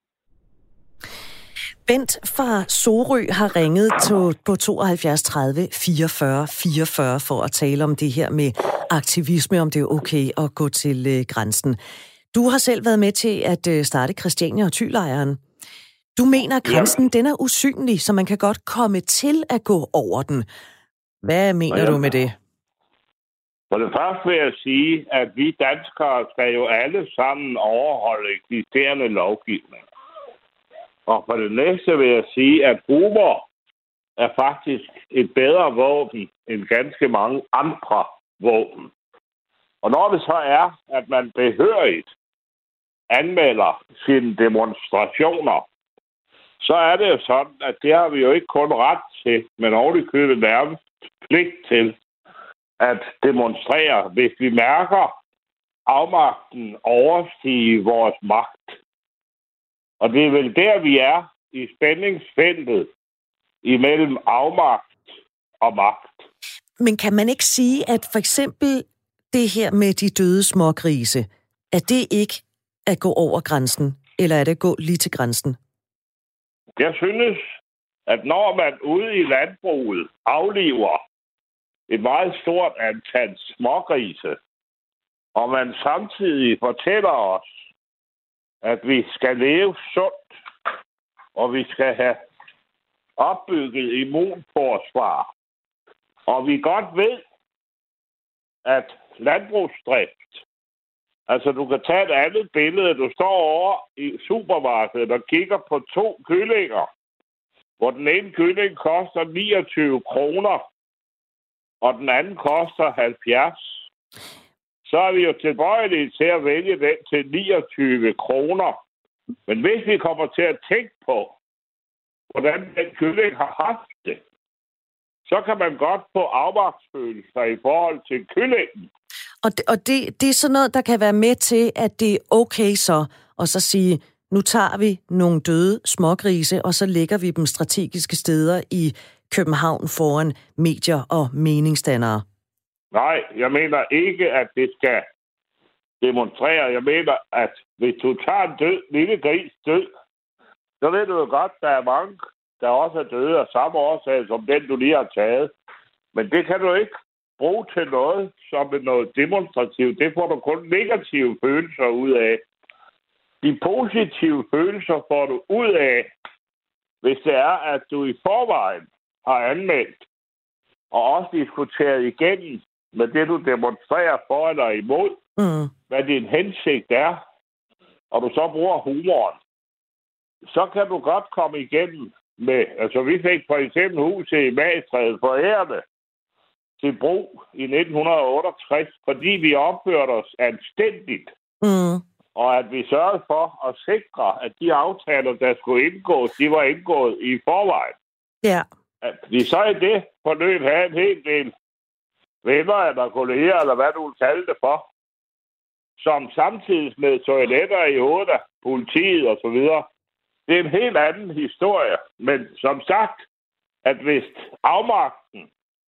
Bent fra Sorø har ringet til, på tooghalvfjerds tredive fireogfyrre fireogfyrre for at tale om det her med aktivisme, om det er okay at gå til øh, grænsen. Du har selv været med til at øh, starte Christiania og Thylejren. Du mener, at grænsen ja. den er usynlig, så man kan godt komme til at gå over den. Hvad mener ja. du med det? For det første vil jeg sige, at vi danskere skal jo alle sammen overholde eksisterende lovgivning. Og for det næste vil jeg sige, at humor er faktisk et bedre våben end ganske mange andre våben. Og når det så er, at man behørigt anmelder sine demonstrationer, så er det jo sådan, at det har vi jo ikke kun ret til, men ovenikøbet nærmest pligt til at demonstrere, hvis vi mærker afmagten overstige vores magt. Og det er vel der, vi er i spændingsfeltet imellem afmagt og magt. Men kan man ikke sige, at for eksempel det her med de døde smågrise, er det ikke at gå over grænsen, eller er det at gå lige til grænsen? Jeg synes, at når man ude i landbruget afliver et meget stort antal smågrise, og man samtidig fortæller os, at vi skal leve sundt, og vi skal have opbygget immunforsvar, og vi godt ved, at landbrugsdrift, altså du kan tage et andet billede, du står over i supermarkedet og kigger på to kyllinger, hvor den ene kylling koster niogtyve kroner, og den anden koster halvfjerds, så er vi jo tilbøjelige til at vælge den til niogtyve kroner. Men hvis vi kommer til at tænke på, hvordan den kylling har haft det, så kan man godt få afmagtsfølelser i forhold til kyllingen. Og, det, og det, det er sådan noget, der kan være med til, at det er okay så, og så sige, nu tager vi nogle døde smågrise, og så lægger vi dem strategiske steder i København foran medier og meningsdannere. Nej, jeg mener ikke, at det skal demonstrere. Jeg mener, at hvis du tager en død, lille gris død, så ved du jo godt, der er mange, der også er døde af samme årsag, som den, du lige har taget. Men det kan du ikke bruge til noget, som er noget demonstrativt. Det får du kun negative følelser ud af. De positive følelser får du ud af, hvis det er, at du i forvejen har anmeldt og også diskuteret igennem med det, du demonstrerer for eller imod, mm. hvad din hensigt er, og du så bruger humoren, så kan du godt komme igennem med, altså vi fik for eksempel huset i Magstræde forærende til brug i nitten otteogtres, fordi vi opførte os anstændigt, mm. og at vi sørgede for at sikre, at de aftaler, der skulle indgås, de var indgået i forvejen. Ja. At vi så i det forløb havde en hel del venner eller kolleger, eller hvad du vil kalde det for, som samtidig med toiletter i hovedet af politiet og så videre. Det er en helt anden historie. Men som sagt, at hvis afmagten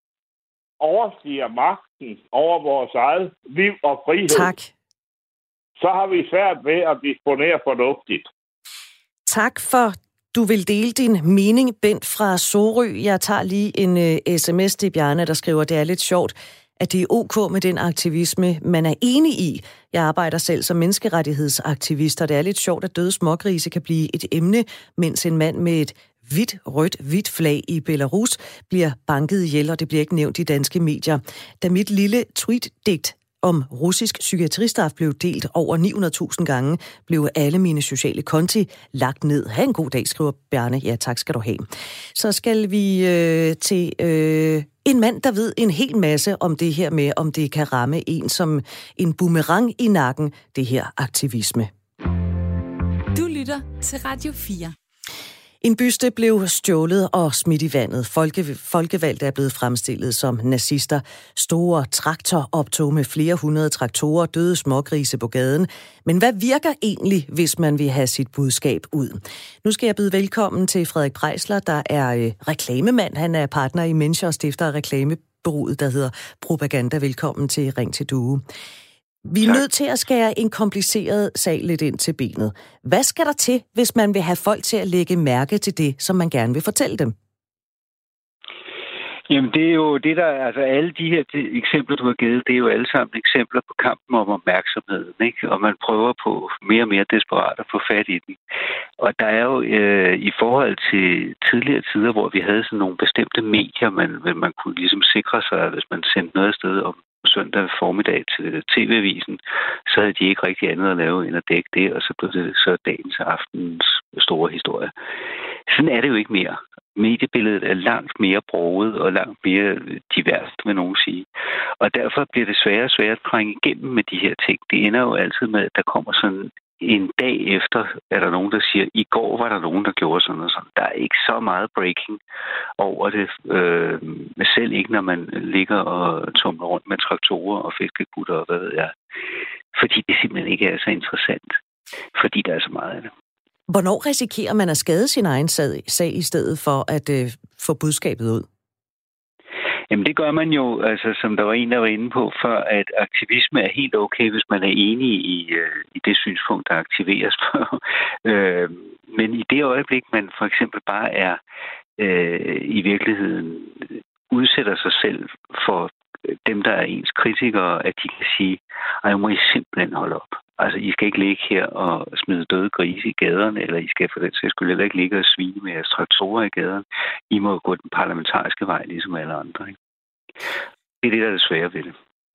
overstiger magten over vores eget liv og frihed, tak. Så har vi svært ved at disponere fornuftigt. Tak for du vil dele din mening, Bent fra Sorø. Jeg tager lige en uh, sms til Bjarne, der skriver, at det er lidt sjovt, at det er ok med den aktivisme, man er enig i. Jeg arbejder selv som menneskerettighedsaktivist, og det er lidt sjovt, at døde smågrise kan blive et emne, mens en mand med et hvidt, rødt, hvidt flag i Belarus bliver banket ihjel, og det bliver ikke nævnt i danske medier. Da mit lille tweet-digt om russisk psykiatristraf blev delt over ni hundrede tusind gange, blev alle mine sociale konti lagt ned. Ha' en god dag, skriver Bjarne. Ja, tak skal du have. Så skal vi øh, til øh, en mand, der ved en hel masse om det her med, om det kan ramme en som en boomerang i nakken, det her aktivisme. Du lytter til Radio fire. En byste blev stjålet og smidt i vandet. Folke, folkevalgte er blevet fremstillet som nazister. Store traktoroptog med flere hundrede traktorer, døde smågrise på gaden. Men hvad virker egentlig, hvis man vil have sit budskab ud? Nu skal jeg byde velkommen til Frederik Preisler, der er øh, reklamemand. Han er partner i Mensch og stifter af reklamebureauet, der hedder Propaganda. Velkommen til Ring til Due. Vi er tak. nødt til at skære en kompliceret sag lidt ind til benet. Hvad skal der til, hvis man vil have folk til at lægge mærke til det, som man gerne vil fortælle dem? Jamen, det er jo det, der... Altså, alle de her de eksempler, du har givet, det er jo alle sammen eksempler på kampen om opmærksomheden, ikke? Og man prøver på mere og mere desperat at få fat i den. Og der er jo øh, i forhold til tidligere tider, hvor vi havde sådan nogle bestemte medier, man, man kunne ligesom sikre sig, hvis man sendte noget afsted om søndag formiddag til T V-avisen, så havde de ikke rigtig andet at lave end at dække det, og så blev det så dagens aftens store historie. Sådan er det jo ikke mere. Mediebilledet er langt mere broget og langt mere divers, vil nogen sige. Og derfor bliver det sværere og sværere at trænge igennem med de her ting. Det ender jo altid med, at der kommer sådan en dag efter, er der nogen, der siger, i går var der nogen, der gjorde sådan og sådan. Der er ikke så meget breaking over det, øh, selv ikke når man ligger og tumler rundt med traktorer og fiskekutter og hvad ved jeg. Fordi det simpelthen ikke er så interessant. Fordi der er så meget af det. Hvornår risikerer man at skade sin egen sag, sag i stedet for at øh, få budskabet ud? Jamen det gør man jo, altså som der var en, der var inde på før, at aktivisme er helt okay, hvis man er enig i, øh, i det synspunkt, der aktiveres for. øh, men i det øjeblik, man for eksempel bare er øh, i virkeligheden udsætter sig selv for dem, der er ens kritikere, at de kan sige, ej, må I simpelthen holde op. Altså, I skal ikke ligge her og smide døde grise i gaderne, eller I skal for den sags skyld heller ikke ligge og svine med jeres traktorer i gaderne. I må gå den parlamentariske vej, ligesom alle andre. Ikke? Det er det, der er det svære ved det.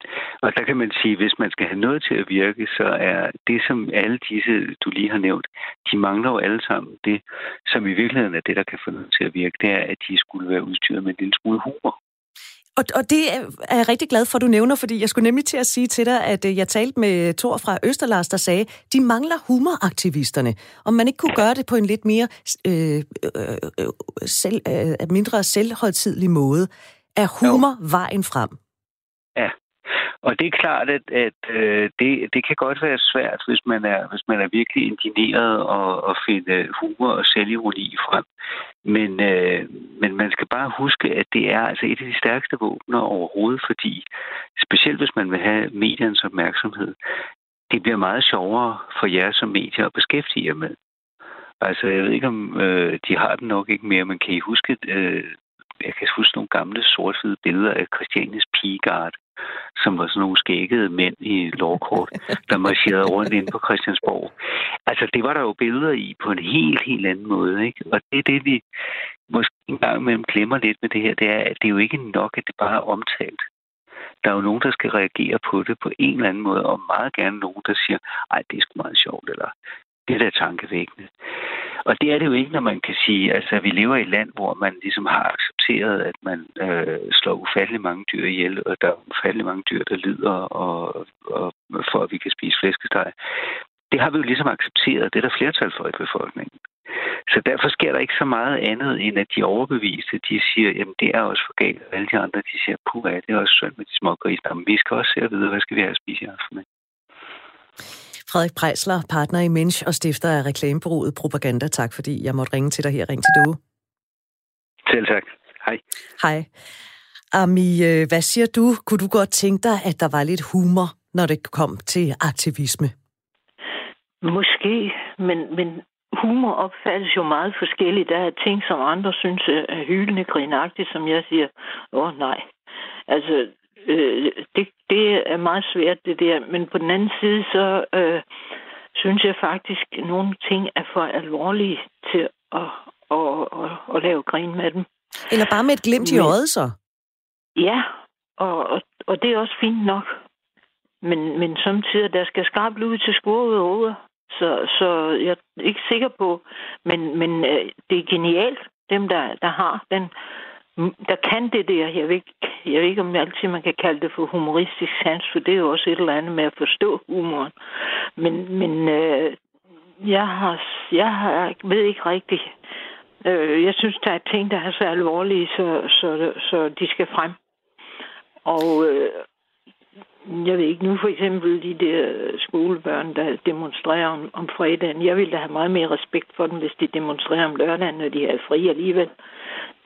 Og der kan man sige, at hvis man skal have noget til at virke, så er det, som alle disse, du lige har nævnt, de mangler jo alle sammen. Det, som i virkeligheden er det, der kan få noget til at virke, det er, at de skulle være udstyret med en lille smule humor. Og, og det er jeg rigtig glad for, at du nævner, fordi jeg skulle nemlig til at sige til dig, at jeg talte med Thor fra Østerlars, der sagde, de mangler humoraktivisterne. Om man ikke kunne gøre det på en lidt mere øh, øh, selv, øh, mindre selvhøjtidelig måde, er humor jo vejen frem? Ja. Og det er klart, at, at øh, det, det kan godt være svært, hvis man er, hvis man er virkelig indigneret og, og finde humor og selvironi frem. Men, øh, men man skal bare huske, at det er altså et af de stærkeste våbner overhovedet, fordi specielt hvis man vil have mediernes opmærksomhed, det bliver meget sjovere for jer som medier at beskæftige jer med. Altså, jeg ved ikke, om øh, de har den nok ikke mere, men kan I huske... Øh, Jeg kan huske nogle gamle sort-hvide billeder af Christianias pigegarde, som var sådan nogle skæggede mænd i lårkort, der marcherede rundt inde på Christiansborg. Altså, det var der jo billeder i på en helt, helt anden måde, ikke? Og det er det, vi måske en gang imellem glemmer lidt med det her, det er, at det er jo ikke nok, at det bare er omtalt. Der er jo nogen, der skal reagere på det på en eller anden måde, og meget gerne nogen, der siger, ej, det er sgu meget sjovt, eller det er da tankevækkende. Og det er det jo ikke, når man kan sige, altså vi lever i et land, hvor man ligesom har accepteret, at man øh, slår ufattelig mange dyr ihjel, og der er ufattelig mange dyr, der lider, og, og for at vi kan spise flæskesteg. Det har vi jo ligesom accepteret, det er der flertal for i befolkningen. Så derfor sker der ikke så meget andet, end at de overbeviste, de siger, jamen det er også for galt, og alle de andre, de siger, puh, ja, det er også synd med de små grise, men vi skal også se at vide, hvad skal vi have at spise i aften. Frederik Preisler, partner i Mensch og stifter af reklamebureauet Propaganda. Tak, fordi jeg måtte ringe til dig her. Ring til du. Selv tak. Hej. Hej. Ami, hvad siger du? Kunne du godt tænke dig, at der var lidt humor, når det kom til aktivisme? Måske, men, men humor opfattes jo meget forskelligt. Der er ting, som andre synes er hyldende grinagtigt, som jeg siger, åh nej. Altså, øh, det, det er meget svært, det der. Men på den anden side, så øh, synes jeg faktisk, at nogle ting er for alvorlige til at, at, at, at lave grin med dem. Eller bare med et glimt i øjet, så? Ja, og, og, og det er også fint nok. Men, men samtidig, der skal skarpt ud til skurvet over. Så, så jeg er ikke sikker på, men, men øh, det er genialt, dem der, der har den, der kan det der. Jeg ved, ikke, jeg ved ikke, om altid man kan kalde det for humoristisk sans, for det er jo også et eller andet med at forstå humoren. Men, men øh, jeg, har, jeg har, ved ikke rigtigt. Øh, jeg synes, der er ting, der er så alvorlige, så, så, så de skal frem. Og øh, jeg ved ikke, nu for eksempel de der skolebørn, der demonstrerer om, om fredagen. Jeg ville da have meget mere respekt for dem, hvis de demonstrerer om lørdagen, når de er fri alligevel.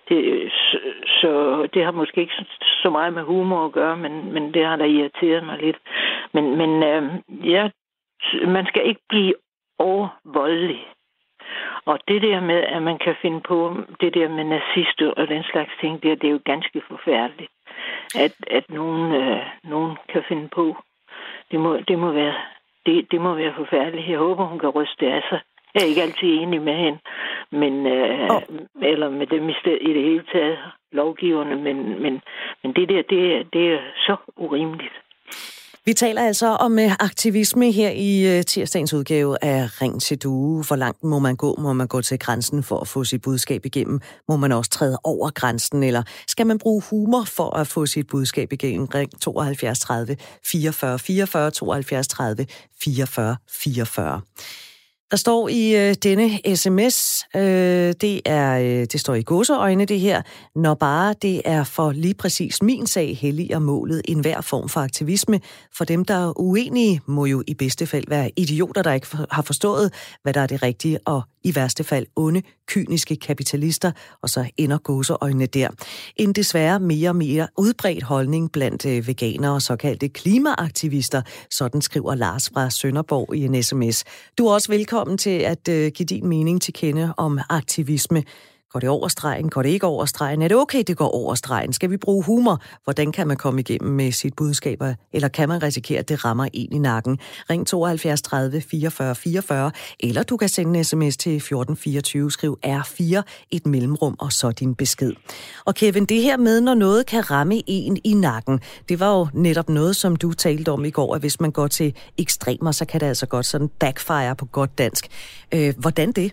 Det, så, så det har måske ikke så meget med humor at gøre, men, men det har da irriteret mig lidt. Men, men øh, ja, man skal ikke blive overvoldelig. Og det der med, at man kan finde på det der med nazister og den slags ting, det, det er jo ganske forfærdeligt, at, at nogen, øh, nogen kan finde på. Det må, det må være, det, det må være forfærdeligt. Jeg håber, hun kan ryste det af sig. Jeg er ikke altid enig med hende, men, øh, oh. eller med dem i, sted, i det hele taget, lovgiverne, men, men, men det der, det, det er så urimeligt. Vi taler altså om aktivisme her i tirsdagens udgave af Ring til Due. Hvor langt må man gå? Må man gå til grænsen for at få sit budskab igennem? Må man også træde over grænsen? Eller skal man bruge humor for at få sit budskab igennem? Ring tooghalvfjerds tredive fireogfyrre fireogfyrre, tooghalvfjerds tredive fireogfyrre fireogfyrre. Der står i øh, denne sms, øh, det, er, øh, det står i gåseøjne det her, når bare det er for lige præcis min sag helliger målet enhver form for aktivisme. For dem, der er uenige, må jo i bedste fald være idioter, der ikke har forstået, hvad der er det rigtige, og i værste fald onde, kyniske kapitalister, og så ender gåseøjne der. En desværre mere og mere udbredt holdning blandt øh, veganere og såkaldte klimaaktivister, sådan skriver Lars fra Sønderborg i en sms. Du er også velkommen Velkommen til at øh, give din mening til kende om aktivisme. Går det over stregen? Går det ikke over stregen? Er det okay, det går over stregen? Skal vi bruge humor? Hvordan kan man komme igennem med sit budskab? Eller kan man risikere, at det rammer en i nakken? Ring tooghalvfjerds tredive fireogfyrre fireogfyrre, eller du kan sende en sms til fjorten fireogtyve, skriv R fire, et mellemrum, og så din besked. Og Kevin, det her med, når noget kan ramme en i nakken, det var jo netop noget, som du talte om i går, at hvis man går til ekstremer, så kan det altså godt sådan backfire på godt dansk. Øh, hvordan det?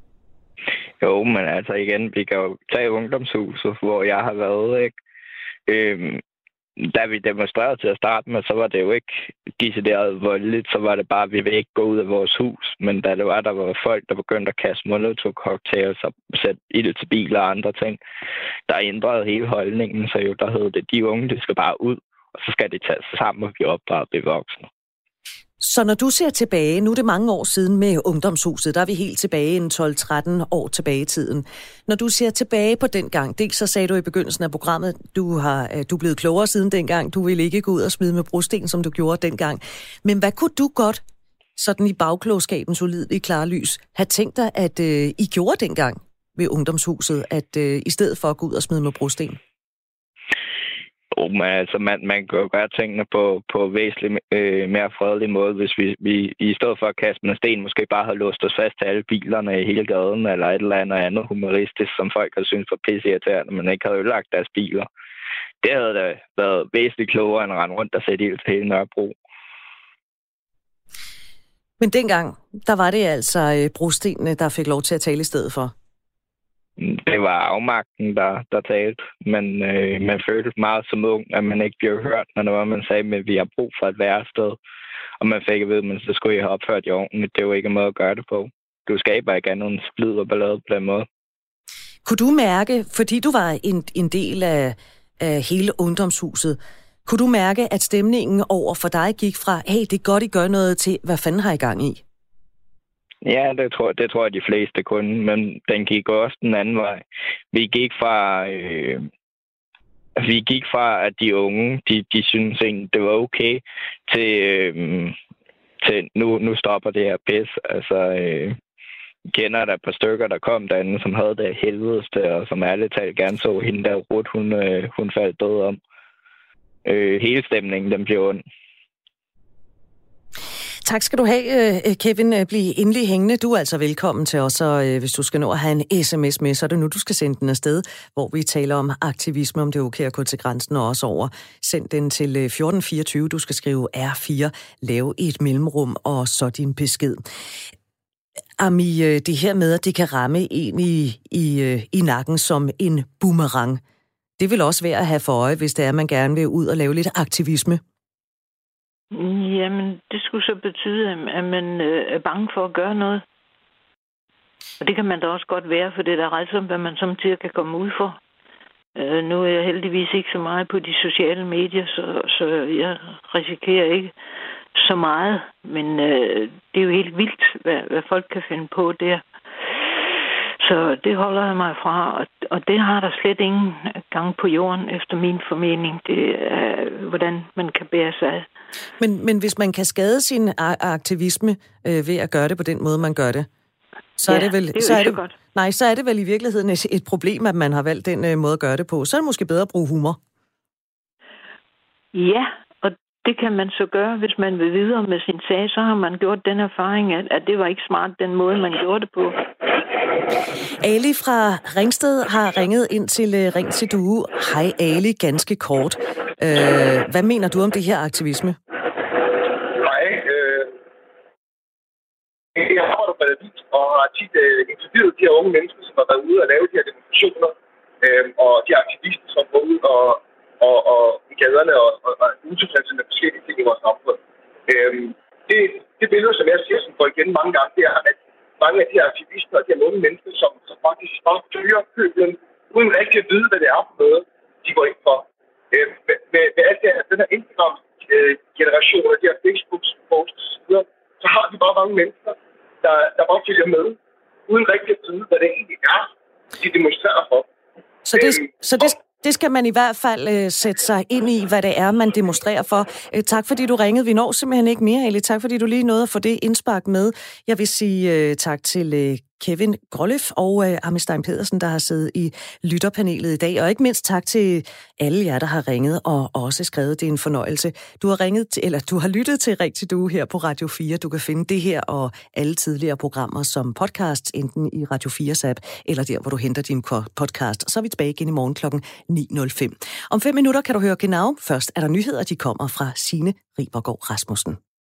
Jo, men altså igen, vi kan jo tage ungdomshuset, hvor jeg har været, ikke? Øhm, da vi demonstrerede til at starte med, så var det jo ikke decideret voldeligt, så var det bare, at vi vil ikke gå ud af vores hus. Men da det var, der var folk, der begyndte at kaste molotov-cocktails og sætte ild til biler og andre ting, der ændrede hele holdningen, så jo, der hed det, de unge, de skal bare ud, og så skal de tage sig sammen og blive opdraget og blive voksne. Så når du ser tilbage, nu er det mange år siden med Ungdomshuset, der er vi helt tilbage en tolv tretten år tilbage i tiden. Når du ser tilbage på den gang, dels så sagde du i begyndelsen af programmet, du har du er blevet klogere siden dengang, du ville ikke gå ud og smide med brosten, som du gjorde dengang. Men hvad kunne du godt, sådan i bagklogskabens ulidelige klare lys, have tænkt dig, at øh, I gjorde dengang ved Ungdomshuset, at øh, i stedet for at gå ud og smide med brosten? Oh, men altså, man, man kan jo gøre tingene på, på væsentligt øh, mere fredelig måde, hvis vi, vi i stedet for at kaste med sten måske bare har låst os fast til alle bilerne i hele gaden, eller et eller andet andet humoristisk, som folk har syntes for pisseirriterende, men ikke havde ødelagt deres biler. Det havde da været væsentligt klogere end at rende rundt og sætte ild til hele Nørrebro. Men dengang, der var det altså øh, brostenene, der fik lov til at tale i stedet for? Det var afmagten, der, der talte, men øh, man følte meget som ung, at man ikke blev hørt, når det var, man sagde, at vi har brug for et værested. Og man fik at vide, at så skulle I have opført i ordentligt. Det var ikke en måde at gøre det på. Du skaber ikke andet end splid og ballade på den måde. Kunne du mærke, fordi du var en, en del af, af hele Ungdomshuset, kunne du mærke, at stemningen over for dig gik fra, hey, det er godt, I gør noget, til, hvad fanden har I gang i? Ja, det tror, det tror jeg, de fleste kunne, men den gik også den anden vej. Vi gik fra, øh, vi gik fra at de unge, de, de synes egentlig, det var okay, til, øh, til nu, nu stopper det her pis. Altså, øh, kender der et par stykker, der kom derinde, som havde det helvedeste, og som ærligt talt gerne så hende der Ruth, hun, øh, hun faldt død om. Øh, hele stemningen, den blev ond. Tak skal du have, Kevin. Bliv endelig hængende. Du er altså velkommen til os, og hvis du skal nå at have en sms med, så er det nu, du skal sende den afsted, hvor vi taler om aktivisme, om det er okay at gå til grænsen og også over. Send den til fjorten fireogtyve. Du skal skrive R fire, lave et mellemrum og så din besked. Ami, det her med, at det kan ramme en i, i, i nakken som en boomerang, det vil også være at have for øje, hvis det er, at man gerne vil ud og lave lidt aktivisme. Jamen, det skulle så betyde, at man øh, er bange for at gøre noget. Og det kan man da også godt være, for det er da rædsomt, hvad man samtidig kan komme ud for. Øh, nu er jeg heldigvis ikke så meget på de sociale medier, så, så jeg risikerer ikke så meget. Men øh, det er jo helt vildt, hvad, hvad folk kan finde på der. Så det holder jeg mig fra, og, og det har der slet ingen gang på jorden, efter min formening. Det er, hvordan man kan bære sig af. Men, men hvis man kan skade sin aktivisme øh, ved at gøre det på den måde, man gør det, så ja, er det vel... det er så er så det, godt. Nej, så er det vel i virkeligheden et, et problem, at man har valgt den øh, måde at gøre det på. Så er det måske bedre at bruge humor. Ja, og det kan man så gøre, hvis man vil videre med sin sag. Så har man gjort den erfaring, at, at det var ikke smart, den måde, man gjorde det på. Ali fra Ringsted har ringet ind til uh, Ring til Due. Hej Ali, ganske kort. Uh, hvad mener du om det her aktivisme? Hej. Øh, jeg arbejder på avis og har tit øh, interviewet de her unge mennesker, som har været ude og lave de her demonstrationer, øh, og de aktivister, som går ud og, og, og i gaderne og, og, og utilfredse med forskellige ting i vores samfund. Øh, det, det billede, som jeg ser, som går igen mange gange, det er, at mange af de her aktivister og de her unge mennesker, som, som faktisk bare følger køben, uden rigtig at vide, hvad det er for noget, de går ind for. Øh, med, med, med alt det her, den her Instagram-generation og de her Facebook-posts og så videre, så har vi bare mange mennesker, der, der bare følger med, uden rigtig at vide, hvad det egentlig er, de demonstrerer for. Så det, øh, så det, det skal man i hvert fald øh, sætte sig ind i, hvad det er, man demonstrerer for. Øh, tak fordi du ringede. Vi når simpelthen ikke mere, Ali. Tak fordi du lige nåede at få det indspark med. Jeg vil sige øh, tak til øh, Kevin Groløf og øh, Armin Stein Pedersen, der har siddet i lytterpanelet i dag. Og ikke mindst tak til alle jer, der har ringet og også skrevet. Det er en fornøjelse. Du har ringet til, eller du har lyttet til Ring til Due her på Radio fire. Du kan finde det her og alle tidligere programmer som podcast, enten i Radio fires app, eller der, hvor du henter din podcast. Så er vi tilbage igen i morgen klokken ni nul fem. Om fem minutter kan du høre Genau. Først er der nyheder, de kommer fra Signe Ribergaard Rasmussen.